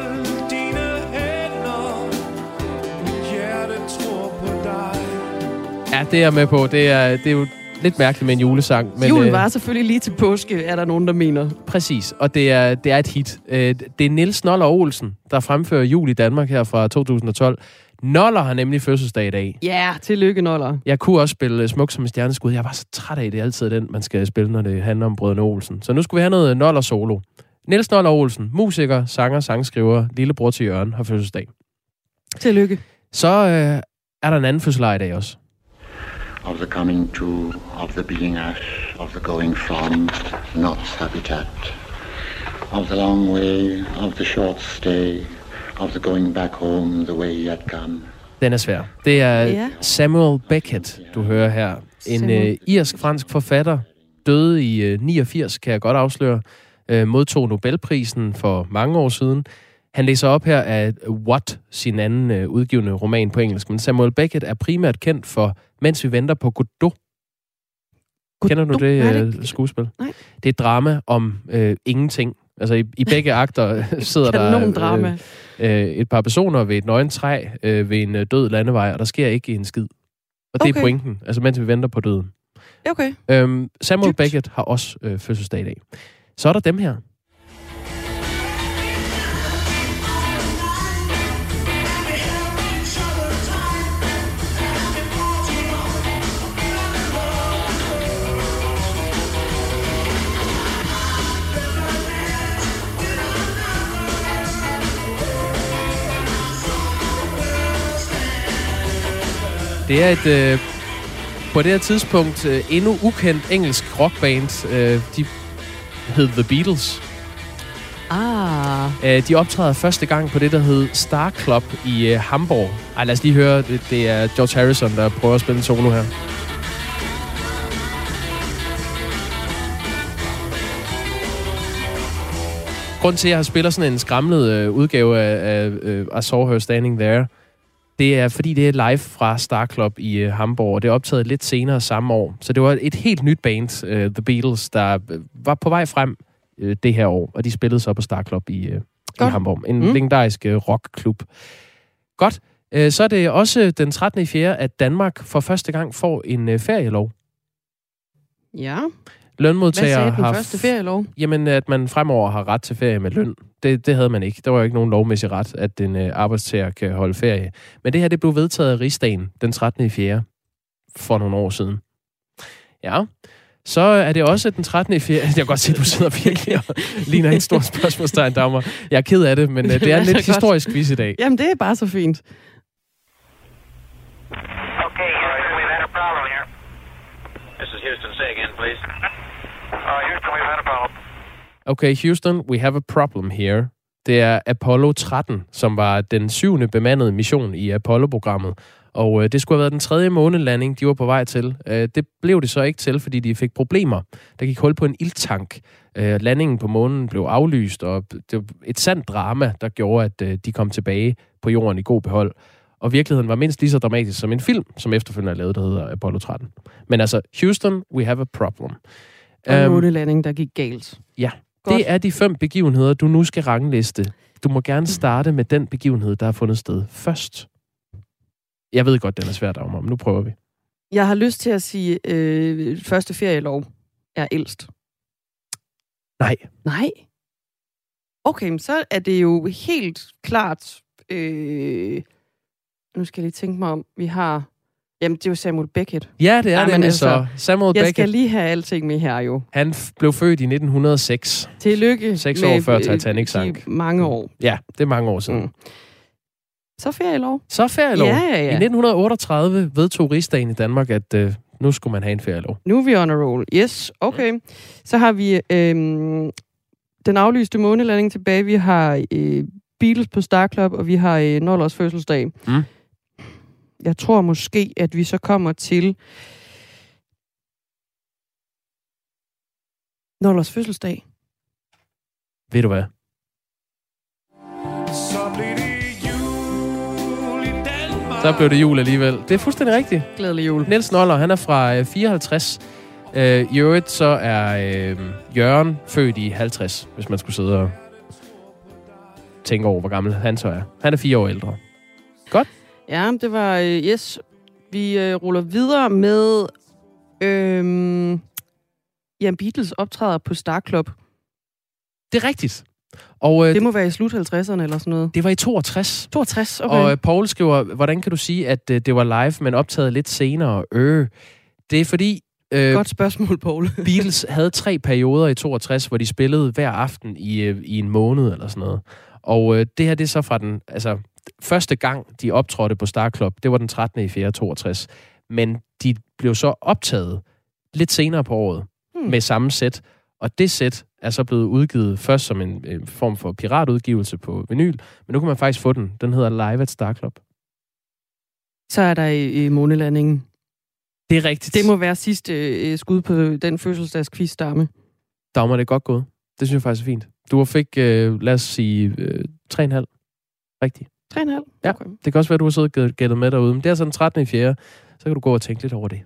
[SPEAKER 1] Ja, det er jeg med på. Det er jo lidt mærkeligt med en julesang. Men,
[SPEAKER 2] julen var selvfølgelig lige til påske, er der nogen, der mener.
[SPEAKER 1] Præcis, og det er et hit. Det er Niels Noller Olsen, der fremfører Jul i Danmark her fra 2012. Noller har nemlig fødselsdag i dag.
[SPEAKER 2] Ja, tillykke Noller.
[SPEAKER 1] Jeg kunne også spille Smuk som en stjerneskud. Jeg var så træt af, det er altid den, man skal spille, når det handler om Brødrene Olsen. Så nu skulle vi have noget Noller solo. Niels Noller Olsen, musiker, sanger, sangskriver, lillebror til Jørgen, har fødselsdag.
[SPEAKER 2] Tillykke.
[SPEAKER 1] Så er der en anden fødselsdag i dag også.
[SPEAKER 14] Of the coming to, of the being at, of the going from, Not's habitat, of the long way, of the short stay, of the going back home, the way he had come.
[SPEAKER 1] Den er svær. Det er Samuel Beckett, du hører her. En irsk-fransk forfatter, døde i 89, kan jeg godt afsløre. Modtog Nobelprisen for mange år siden. Han læser op her af What, sin anden udgivende roman på engelsk. Men Samuel Beckett er primært kendt for Mens vi venter på Godot. Kender du det skuespil?
[SPEAKER 2] Nej.
[SPEAKER 1] Det er et drama om ingenting. Altså i begge akter sidder der et par personer ved et nøgent træ ved en død landevej, og der sker ikke en skid. Og det er pointen, altså mens vi venter på døden.
[SPEAKER 2] Okay.
[SPEAKER 1] Samuel Beckett har også fødselsdag i dag. Så er der dem her. Det er et på det her tidspunkt endnu ukendt engelsk rockband. De hed The Beatles. De optræder første gang på det, der hed Star Club i Hamburg. Lad os lige høre. Det er George Harrison, der prøver at spille en solo her. Grunden til, at jeg spiller sådan en skramlet udgave af I Saw Her Standing There, det er, fordi det er live fra Star Club i Hamburg, og det er optaget lidt senere samme år. Så det var et helt nyt band, The Beatles, der var på vej frem det her år, og de spillede så på Star Club i Hamburg. En legendarisk rockklub. Godt. Så er det også den 13. i 4., at Danmark for første gang får en ferielov.
[SPEAKER 2] Ja.
[SPEAKER 1] Lønmodtagere
[SPEAKER 2] Hvad sagde den første ferielov?
[SPEAKER 1] Jamen, at man fremover har ret til ferie med løn. Det havde man ikke. Der var jo ikke nogen lovmæssig ret, at en arbejdstager kan holde ferie. Men det her, det blev vedtaget af Rigsdagen den 13. i 4. for nogle år siden. Ja. Så er det også den 13. i 4. Jeg kan godt se, at du sidder virkelig og ligner et stort spørgsmålstegn, Dagmar. Jeg er ked af det, men det er en lidt historisk quiz i dag.
[SPEAKER 2] Jamen, det er bare så fint.
[SPEAKER 15] Okay, Houston, we've had a problem here. This is Houston. Say again, please. Houston, we've had a problem.
[SPEAKER 1] Okay, Houston, we have a problem here. Det er Apollo 13, som var den 7. bemandede mission i Apollo-programmet. Og det skulle have været den 3. månelanding, de var på vej til. Det blev det så ikke til, fordi de fik problemer. Der gik hul på en ilttank. Landingen på månen blev aflyst, og det var et sandt drama, der gjorde, at de kom tilbage på jorden i god behold. Og virkeligheden var mindst lige så dramatisk som en film, som efterfølgende er lavet, der hedder Apollo 13. Men altså, Houston, we have a problem.
[SPEAKER 2] Og månelanding, der gik galt.
[SPEAKER 1] Ja, godt. Det er de 5 begivenheder, du nu skal rangliste. Du må gerne starte med den begivenhed, der har fundet sted først. Jeg ved godt, den er svært om, men nu prøver vi.
[SPEAKER 2] Jeg har lyst til at sige, første ferielov er ældst.
[SPEAKER 1] Nej.
[SPEAKER 2] Nej? Okay, så er det jo helt klart... nu skal jeg lige tænke mig om, vi har... Jamen, det er jo Samuel Beckett.
[SPEAKER 1] Ja, det er det altså, så. Samuel Beckett.
[SPEAKER 2] Jeg skal lige have alting med her jo.
[SPEAKER 1] Han blev født i 1906.
[SPEAKER 2] Tillykke.
[SPEAKER 1] 6 år før Titanic sank.
[SPEAKER 2] Mange år.
[SPEAKER 1] Ja, det er mange år siden.
[SPEAKER 2] Så ferielov.
[SPEAKER 1] Så ferielov.
[SPEAKER 2] Ja.
[SPEAKER 1] I 1938 vedtog Rigsdagen i Danmark, at nu skulle man have en ferielov.
[SPEAKER 2] Nu er vi on a roll. Yes, okay. Så har vi den aflyste månelanding tilbage. Vi har Beatles på Star Club, og vi har Nollers fødselsdag. Jeg tror måske, at vi så kommer til Nollers fødselsdag.
[SPEAKER 1] Ved du hvad? Så blev det jul alligevel. Det er fuldstændig rigtigt.
[SPEAKER 2] Glædelig jul.
[SPEAKER 1] Niels Noller, han er fra 54. I øvrigt så er Jørgen født i 50, hvis man skulle sidde og tænke over, hvor gammel han så er. Han er 4 år ældre. Godt.
[SPEAKER 2] Ja, det var yes. Vi ruller videre med Beatles optræder på Star Club.
[SPEAKER 1] Det er rigtigt. Og,
[SPEAKER 2] det må være i slut 50'erne eller sådan noget.
[SPEAKER 1] Det var i 62.
[SPEAKER 2] 62, okay.
[SPEAKER 1] Og Paul skriver, hvordan kan du sige, at det var live, men optaget lidt senere? Det er fordi...
[SPEAKER 2] Godt spørgsmål, Paul.
[SPEAKER 1] Beatles havde 3 perioder i 62, hvor de spillede hver aften i en måned eller sådan noget. Og det her, det er så fra den... Altså, første gang, de optrådte på Star Club, det var den 13. i 4. 62. Men de blev så optaget lidt senere på året med samme sæt. Og det sæt er så blevet udgivet først som en form for piratudgivelse på vinyl, men nu kan man faktisk få den. Den hedder Live at Star Club.
[SPEAKER 2] Så er der i månelandingen.
[SPEAKER 1] Det er rigtigt.
[SPEAKER 2] Det må være sidste skud på den fødselsdagsquiz, Damme.
[SPEAKER 1] Dagmar, det er godt gået. Det synes jeg faktisk er fint. Du fik, lad os sige, 3,5. Rigtigt.
[SPEAKER 2] 3,5? Okay.
[SPEAKER 1] Ja, det kan også være, at du har siddet og gættet med derude. Men det er så den 13. i 4. Så kan du gå og tænke lidt over det.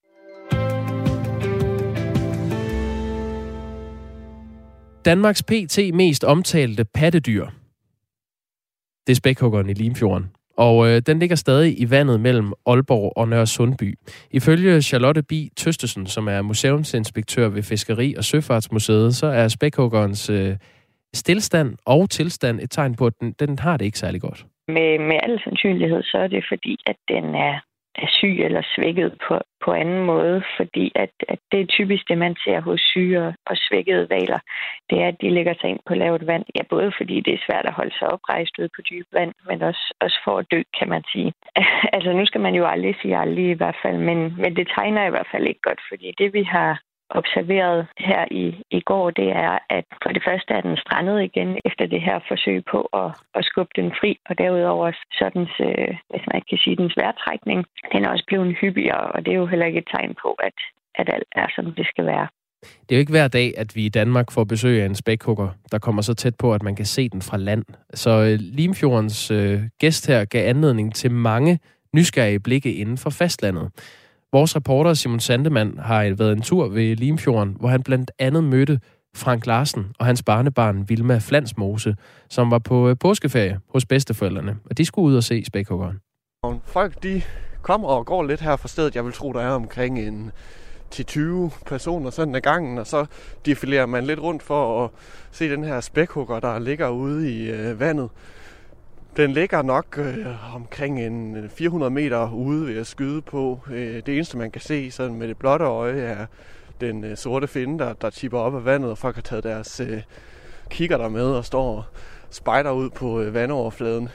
[SPEAKER 1] Danmarks PT mest omtalte pattedyr. Det er spækhuggeren i Limfjorden. Og den ligger stadig i vandet mellem Aalborg og Nørresundby. Ifølge Charlotte Bi Tøstesen, som er museumsinspektør ved Fiskeri- og Søfartsmuseet, så er spækhuggerens stilstand og tilstand et tegn på, at den har det ikke særlig godt.
[SPEAKER 16] Med al sandsynlighed, så er det fordi, at den er syg eller svækket på anden måde, fordi at det er typisk det, man ser hos syge og svækkede hvaler. Det er, at de lægger sig ind på lavt vand. Ja, både fordi det er svært at holde sig oprejst ude på dyb vand, men også for at dø, kan man sige. Altså, nu skal man jo aldrig sige aldrig i hvert fald, men det tegner i hvert fald ikke godt, fordi det, vi har observeret her i går, det er, at for det første er den strandet igen efter det her forsøg på at skubbe den fri, og derudover sådan, hvis man ikke kan sige, dens vejrtrækning, den er også blevet hyppigere, og det er jo heller ikke et tegn på, at alt er, som det skal være.
[SPEAKER 1] Det er jo ikke hver dag, at vi i Danmark får besøg af en spækhugger, der kommer så tæt på, at man kan se den fra land. Så Limfjordens gæst her gav anledning til mange nysgerrige blikke inden for fastlandet. Vores reporter Simon Sandemann har været en tur ved Limfjorden, hvor han blandt andet mødte Frank Larsen og hans barnebarn Vilma Flansmose, som var på påskeferie hos bedsteforældrene, og de skulle ud og se spækhuggeren.
[SPEAKER 17] Folk, de kommer og går lidt her fra stedet. Jeg vil tro, der er omkring en 10-20 personer sådan ad gangen, og så defilerer man lidt rundt for at se den her spækhugger, der ligger ude i vandet. Den ligger nok omkring en 400 meter ude ved at skyde på. Det eneste, man kan se sådan med det blotte øje, er den sorte finde, der tipper op af vandet, og folk har taget deres kikkerter med og står og spejder ud på vandoverfladen.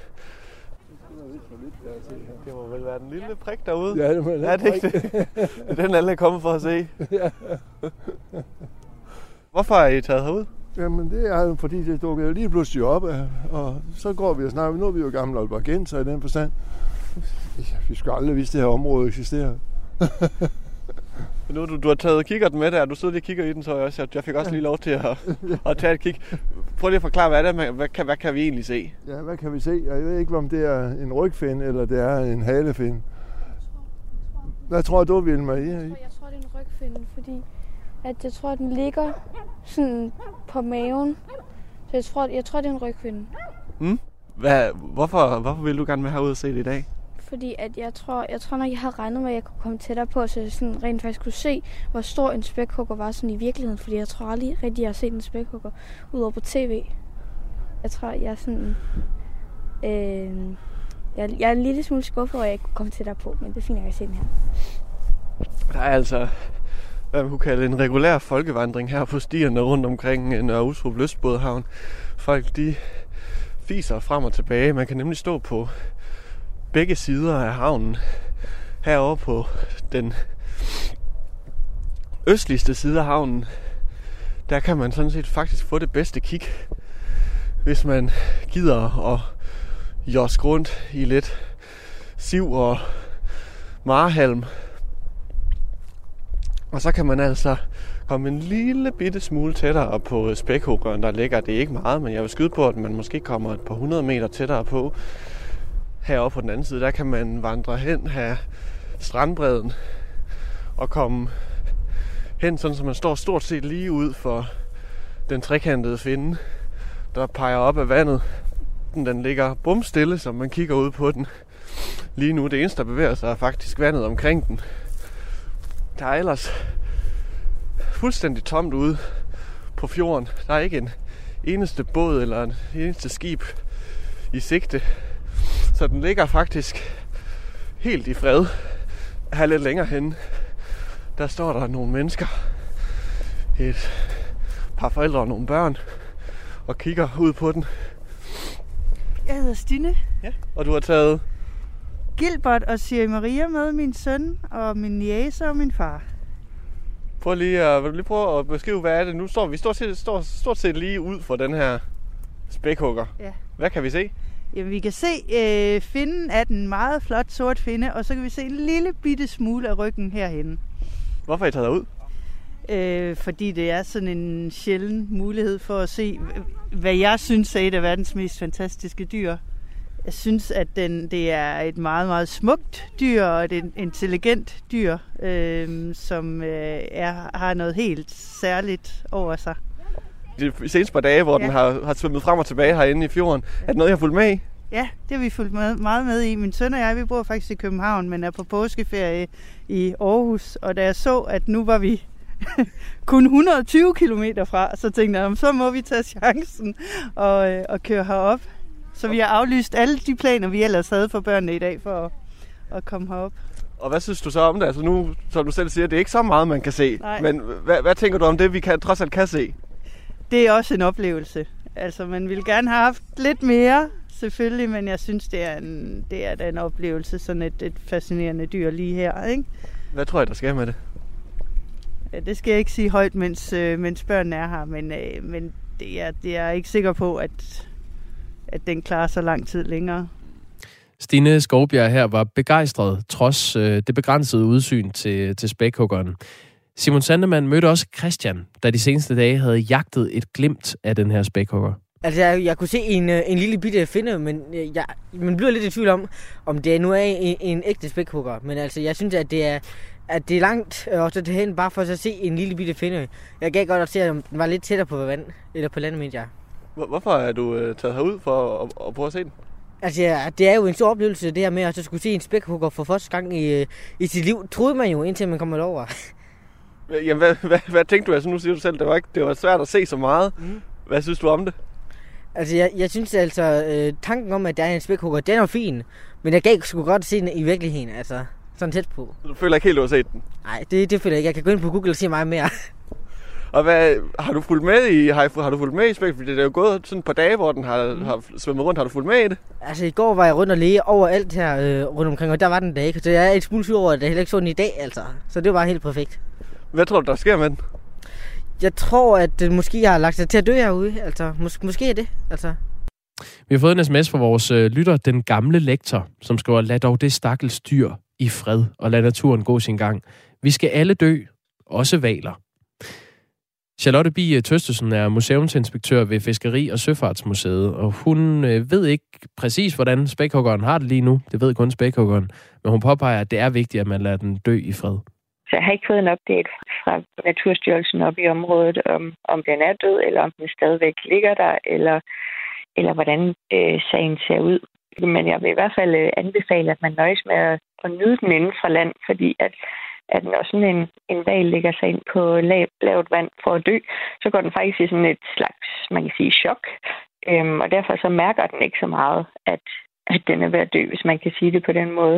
[SPEAKER 17] Det må vel være den lille prik derude?
[SPEAKER 18] Ja, det må være
[SPEAKER 17] det ikke det? Det er den, alle er kommet for at se.
[SPEAKER 18] Ja.
[SPEAKER 17] Hvorfor er I taget herud?
[SPEAKER 18] Jamen, det er fordi, det dukkede lige pludselig op, og så går vi og snakker. Nu er vi jo gamle aalborgenser i den forstand. Ja, vi skulle aldrig vise, det her område eksisterer.
[SPEAKER 17] Nu du har taget kikkerten med der, du sidder lige og kigger i den, så jeg fik også lige lov til at tage et kig. Prøv lige at forklare, hvad kan vi egentlig se?
[SPEAKER 18] Ja, hvad kan vi se? Jeg ved ikke, om det er en rygfinde, eller det er en halefinde. Hvad tror du, Vilma?
[SPEAKER 19] Jeg tror, det er en rygfinde, fordi at jeg tror, den ligger sådan på maven. Så jeg tror det er en rygfinde.
[SPEAKER 17] Hvorfor vil du gerne med herud og se det i dag?
[SPEAKER 19] Fordi at jeg tror nok, jeg havde regnet med, at jeg kunne komme tættere på, så jeg sådan rent faktisk kunne se, hvor stor en spækhugger var sådan i virkeligheden. Fordi jeg tror aldrig rigtig, jeg har set en spækhugger udover på tv. Jeg tror, jeg er sådan... jeg er en lille smule skuffet, og jeg ikke kunne komme tættere på, men det er fint, at jeg kan se den her.
[SPEAKER 17] Der er altså, hvad man kunne kalde en regulær folkevandring her på stierne rundt omkring Nørre Ustrup Lystbådehavn. Folk, de fiser frem og tilbage. Man kan nemlig stå på begge sider af havnen. Herovre på den østligste side af havnen, der kan man sådan set faktisk få det bedste kig, hvis man gider at joske rundt i lidt siv og marehalm. Og så kan man altså komme en lille bitte smule tættere på spækhuggeren, der ligger. Det er ikke meget, men jeg vil skyde på, at man måske kommer et par 100 meter tættere på. Heroppe på den anden side, der kan man vandre hen her strandbredden og komme hen, sådan så man står stort set lige ud for den trekantede finde, der peger op af vandet. Den ligger bumstille, så man kigger ud på den. Lige nu, det eneste, der bevæger sig, er faktisk vandet omkring den. Der er ellers fuldstændig tomt ude på fjorden. Der er ikke en eneste båd eller en eneste skib i sigte. Så den ligger faktisk helt i fred. Her lidt længere henne, der står der nogle mennesker. Et par forældre og nogle børn. Og kigger ud på den.
[SPEAKER 20] Jeg hedder Stine.
[SPEAKER 17] Ja. Og du har taget
[SPEAKER 20] Gilbert og Siri Maria med, min søn og min niece og min far.
[SPEAKER 17] Vil du lige prøve at beskrive, hvad er det? Nu står vi stort set lige ud for den her spækhugger.
[SPEAKER 20] Ja.
[SPEAKER 17] Hvad kan vi se?
[SPEAKER 20] Jamen, vi kan se finden af den meget flot sort finde, og så kan vi se en lille bitte smule af ryggen herhenne.
[SPEAKER 17] Hvorfor har I taget derud?
[SPEAKER 20] Fordi det er sådan en sjælden mulighed for at se, hvad jeg synes er et af verdens mest fantastiske dyr. Jeg synes, at det er et meget, meget smukt dyr, og et intelligent dyr, som har noget helt særligt over sig.
[SPEAKER 17] De seneste par dage, hvor den har svømmet frem og tilbage herinde i fjorden, er det noget, jeg har fulgt med i?
[SPEAKER 20] Ja, det har vi fulgt meget med i. Min søn og jeg, vi bor faktisk i København, men er på påskeferie i Aarhus. Og da jeg så, at nu var vi kun 120 kilometer fra, så tænkte jeg, så må vi tage chancen og køre herop. Så vi har aflyst alle de planer, vi ellers havde for børnene i dag, for at komme herop.
[SPEAKER 17] Og hvad synes du så om det? Altså nu, som du selv siger, det er ikke så meget, man kan se.
[SPEAKER 20] Nej.
[SPEAKER 17] Men hvad tænker du om det, vi trods alt kan se?
[SPEAKER 20] Det er også en oplevelse. Altså, man ville gerne have haft lidt mere, selvfølgelig, men jeg synes, det er en oplevelse, sådan et fascinerende dyr lige her, ikke?
[SPEAKER 17] Hvad tror jeg, der sker med det?
[SPEAKER 20] Ja, det skal jeg ikke sige højt, mens børnene er her, men det er ikke sikker på, at den klarer så lang tid længere.
[SPEAKER 1] Stine Skovbjerg her var begejstret, trods det begrænsede udsyn til spækhuggeren. Simon Sandemann mødte også Christian, der de seneste dage havde jagtet et glimt af den her spækhugger.
[SPEAKER 21] Altså, jeg kunne se en lille bitte finde, men man bliver lidt i tvivl om det nu er en ægte spækhugger. Men altså, jeg synes, at det er langt også derhen, bare for at se en lille bitte finde. Jeg gav godt at se, om den var lidt tættere på vand, eller på landet, mente jeg.
[SPEAKER 17] Hvorfor er du taget herud for at prøve at se den?
[SPEAKER 21] Altså, det er jo en stor oplevelse, det her med at skulle se en spækhugger for første gang i sit liv. Troede man jo, indtil man kommer derover.
[SPEAKER 17] Jamen, hvad tænkte du? Altså, nu siger du selv, det var svært at se så meget. Mm. Hvad synes du om det?
[SPEAKER 21] Altså, jeg synes altså, tanken om, at der er en spækhugger, den er fin. Men jeg gav sgu godt se den i virkeligheden, altså sådan tæt på.
[SPEAKER 17] Du føler ikke helt, du har set den?
[SPEAKER 21] Nej, det føler jeg ikke. Jeg kan gå ind på Google og se meget mere.
[SPEAKER 17] Og har du fulgt med i spæk? Fordi det er jo gået sådan et par dage, hvor den har svømmet rundt. Har du fulgt med i det?
[SPEAKER 21] Altså, i går var jeg rundt og læge overalt her rundt omkring, og der var den da ikke. Så jeg er et smule sur over, at det heller ikke så den i dag, altså. Så det var helt perfekt.
[SPEAKER 17] Hvad tror du, der sker med den?
[SPEAKER 21] Jeg tror, at den måske har lagt sig til at dø herude. Altså, måske er det, altså.
[SPEAKER 1] Vi har fået en sms fra vores lytter, den gamle lektor, som skriver, lad dog det stakkels dyr i fred, og lad naturen gå sin gang. Vi skal alle dø, også hvaler. Charlotte Bie Tøstesen er museumsinspektør ved Fiskeri- og Søfartsmuseet, og hun ved ikke præcis, hvordan spækhuggeren har det lige nu. Det ved kun spækhuggeren. Men hun påpeger, at det er vigtigt, at man lader den dø i fred.
[SPEAKER 16] Så jeg har ikke fået en update fra Naturstyrelsen op i området, om den er død, eller om den stadigvæk ligger der, eller hvordan sagen ser ud. Men jeg vil i hvert fald anbefale, at man nøjes med at nyde den inden fra land, fordi at når sådan en hval lægger sig ind på lavt vand for at dø, så går den faktisk i sådan et slags, man kan sige, chok. Og derfor så mærker den ikke så meget, at den er ved at dø, hvis man kan sige det på den måde.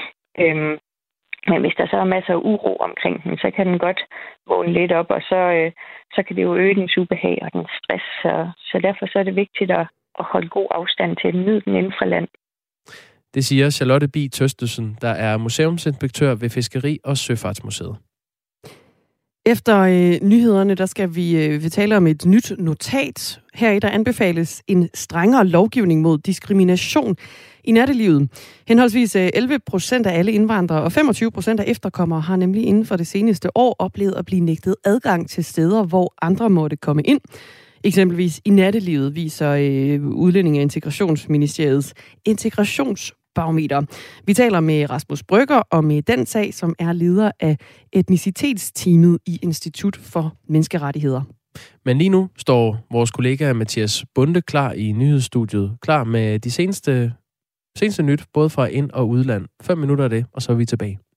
[SPEAKER 16] Men hvis der så er masser af uro omkring den, så kan den godt vågne lidt op, og så kan det jo øge dens ubehag og den stress. Så derfor så er det vigtigt at holde god afstand til den, nyde den inden fra land.
[SPEAKER 1] Det siger Charlotte Bie Tøstesen, der er museumsinspektør ved Fiskeri- og Søfartsmuseet.
[SPEAKER 2] Efter nyhederne, der skal vi tale om et nyt notat. Heri der anbefales en strengere lovgivning mod diskrimination i nattelivet. Henholdsvis 11% af alle indvandrere og 25% af efterkommere har nemlig inden for det seneste år oplevet at blive nægtet adgang til steder, hvor andre måtte komme ind. Eksempelvis i nattelivet, viser Udlændinge- og Integrationsministeriets integrationsbarometer. Vi taler med Rasmus Brygger om den sag, som er leder af etnicitetsteamet i Institut for Menneskerettigheder.
[SPEAKER 1] Men lige nu står vores kollega Mathias Bunde klar i nyhedsstudiet, klar med de seneste nyt, både fra ind- og udland. 5 minutter af det, og så er vi tilbage.